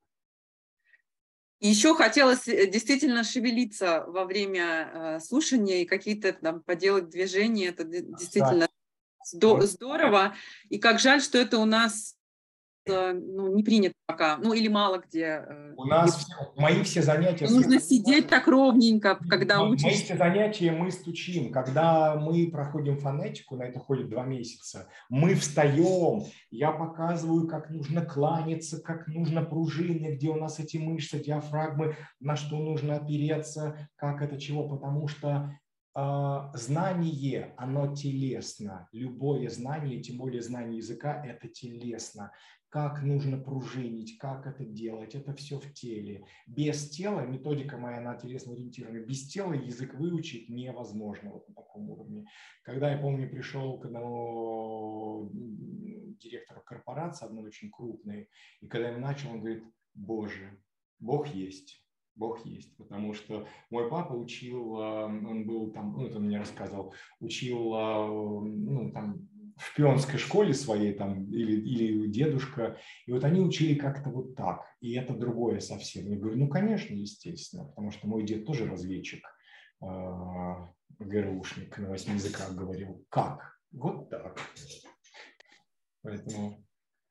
Еще хотелось действительно шевелиться во время слушания и какие-то там поделать движения. Это действительно здорово. И как жаль, что это у нас не принято пока. Ну или мало где. У нас мои все занятия... Нужно сидеть так ровненько, когда учишься. Мои все занятия мы стучим. Когда мы проходим фонетику, на это ходит 2 месяца, мы встаем, я показываю, как нужно кланяться, как нужно пружины, где у нас эти мышцы, диафрагмы, на что нужно опереться, как это чего, потому что знание, оно телесно. Любое знание, тем более знание языка, это телесно. Как нужно пружинить, как это делать, это все в теле. Без тела, методика моя, она телесно ориентирована, без тела язык выучить невозможно вот на таком уровне. Когда, я помню, пришел к одному директору корпорации, одной очень крупной, и когда я начал, он говорит, боже, Бог есть. Бог есть, потому что мой папа учил, он был там, ну, это он мне рассказывал, учил, ну, там, в шпионской школе своей, там, или дедушка, и вот они учили как-то вот так, и это другое совсем. Я говорю, ну, конечно, естественно, потому что мой дед тоже разведчик, ГРУшник, на 8 языках говорил. Как? Вот так. Поэтому...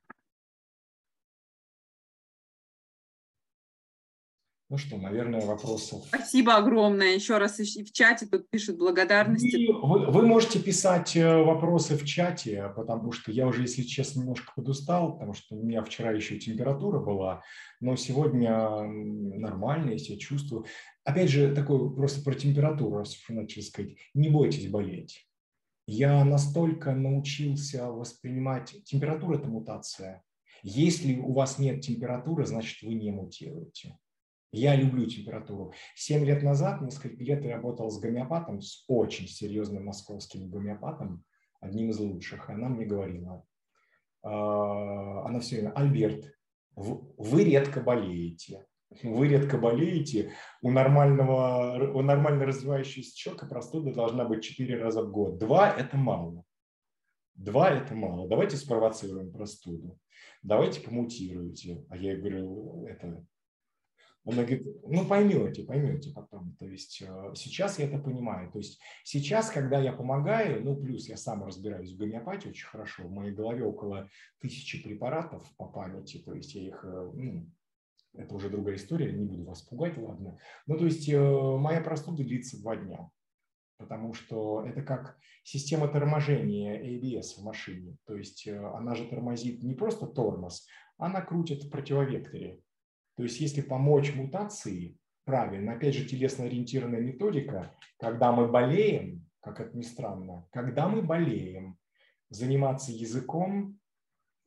Ну что, наверное, вопросов. Спасибо огромное. Еще раз и в чате тут пишут благодарности. Вы можете писать вопросы в чате, потому что я уже, если честно, немножко подустал, потому что у меня вчера еще температура была, но сегодня нормально, я себя чувствую. Опять же, такой просто про температуру, раз уж начали сказать, не бойтесь болеть. Я настолько научился воспринимать... Температура – это мутация. Если у вас нет температуры, значит, вы не мутируете. Я люблю температуру. 7 лет назад, несколько лет я работал с гомеопатом, с очень серьезным московским гомеопатом, одним из лучших. Она мне говорила, она все время, Альберт, вы редко болеете. Вы редко болеете. У нормально развивающегося человека простуда должна быть 4 раза в год. 2 – это мало. 2 – это мало. Давайте спровоцируем простуду. Давайте помутируйте. А я говорю, это... Она говорит, ну поймете потом. То есть сейчас я это понимаю. То есть сейчас, когда я помогаю, ну плюс я сам разбираюсь в гомеопатии очень хорошо, в моей голове около 1000 препаратов по памяти, то есть я их, ну, это уже другая история, не буду вас пугать, ладно. Ну то есть моя простуда длится 2 дня, потому что это как система торможения ABS в машине. То есть она же тормозит не просто тормоз, она крутит в противовекторе. То есть если помочь мутации правильно, опять же телесно-ориентированная методика, когда мы болеем, как это ни странно, когда мы болеем, заниматься языком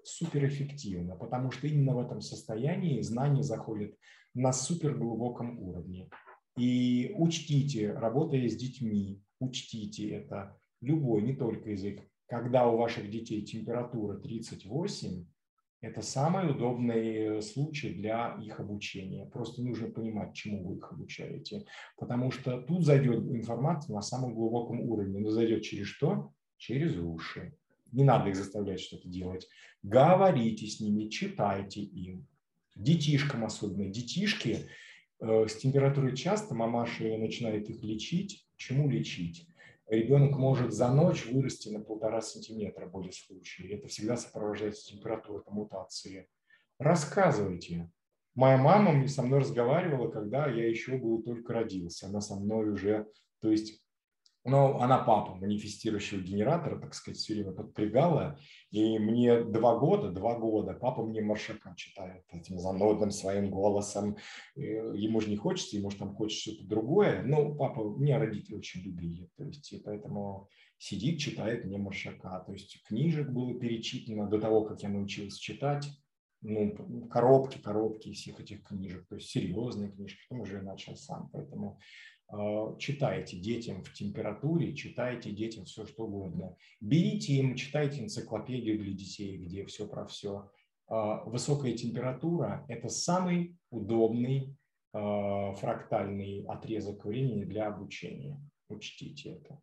суперэффективно, потому что именно в этом состоянии знания заходят на суперглубоком уровне. И учтите, работая с детьми, учтите это, любой, не только язык. Когда у ваших детей температура 38, это самый удобный случай для их обучения. Просто нужно понимать, чему вы их обучаете. Потому что тут зайдет информация на самом глубоком уровне. Но зайдет через что? Через уши. Не надо их заставлять что-то делать. Говорите с ними, читайте им. Детишкам особенно. Детишки с температурой часто мамаши начинают их лечить. Чему лечить? Ребенок может за ночь вырасти на 1,5 сантиметра, были случаи. Это всегда сопровождается температурой, это мутации. Рассказывайте. Моя мама мне со мной разговаривала, когда я еще был только родился. Она со мной уже, то есть, ну, она папа манифестирующего генератора, так сказать, все время подпрягала. И мне 2 года, папа мне Маршака читает этим занудным своим голосом. Ему же не хочется, ему же там хочется что-то другое. Но папа, меня родители очень любили. То есть, и поэтому сидит, читает мне Маршака. То есть книжек было перечитано до того, как я научился читать. Ну, коробки всех этих книжек. То есть серьезные книжки. Потом уже я начал сам. Поэтому читайте детям в температуре, читайте детям все, что угодно. Берите им, читайте энциклопедию для детей, где все про все. Высокая температура – это самый удобный фрактальный отрезок времени для обучения. Учтите это.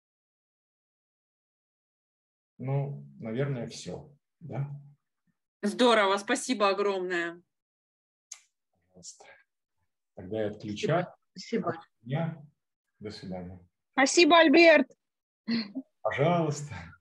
Ну, наверное, все. Да? Здорово, спасибо огромное. Пожалуйста. Тогда я отключаю. Спасибо. До свидания. Спасибо, Альберт. Пожалуйста.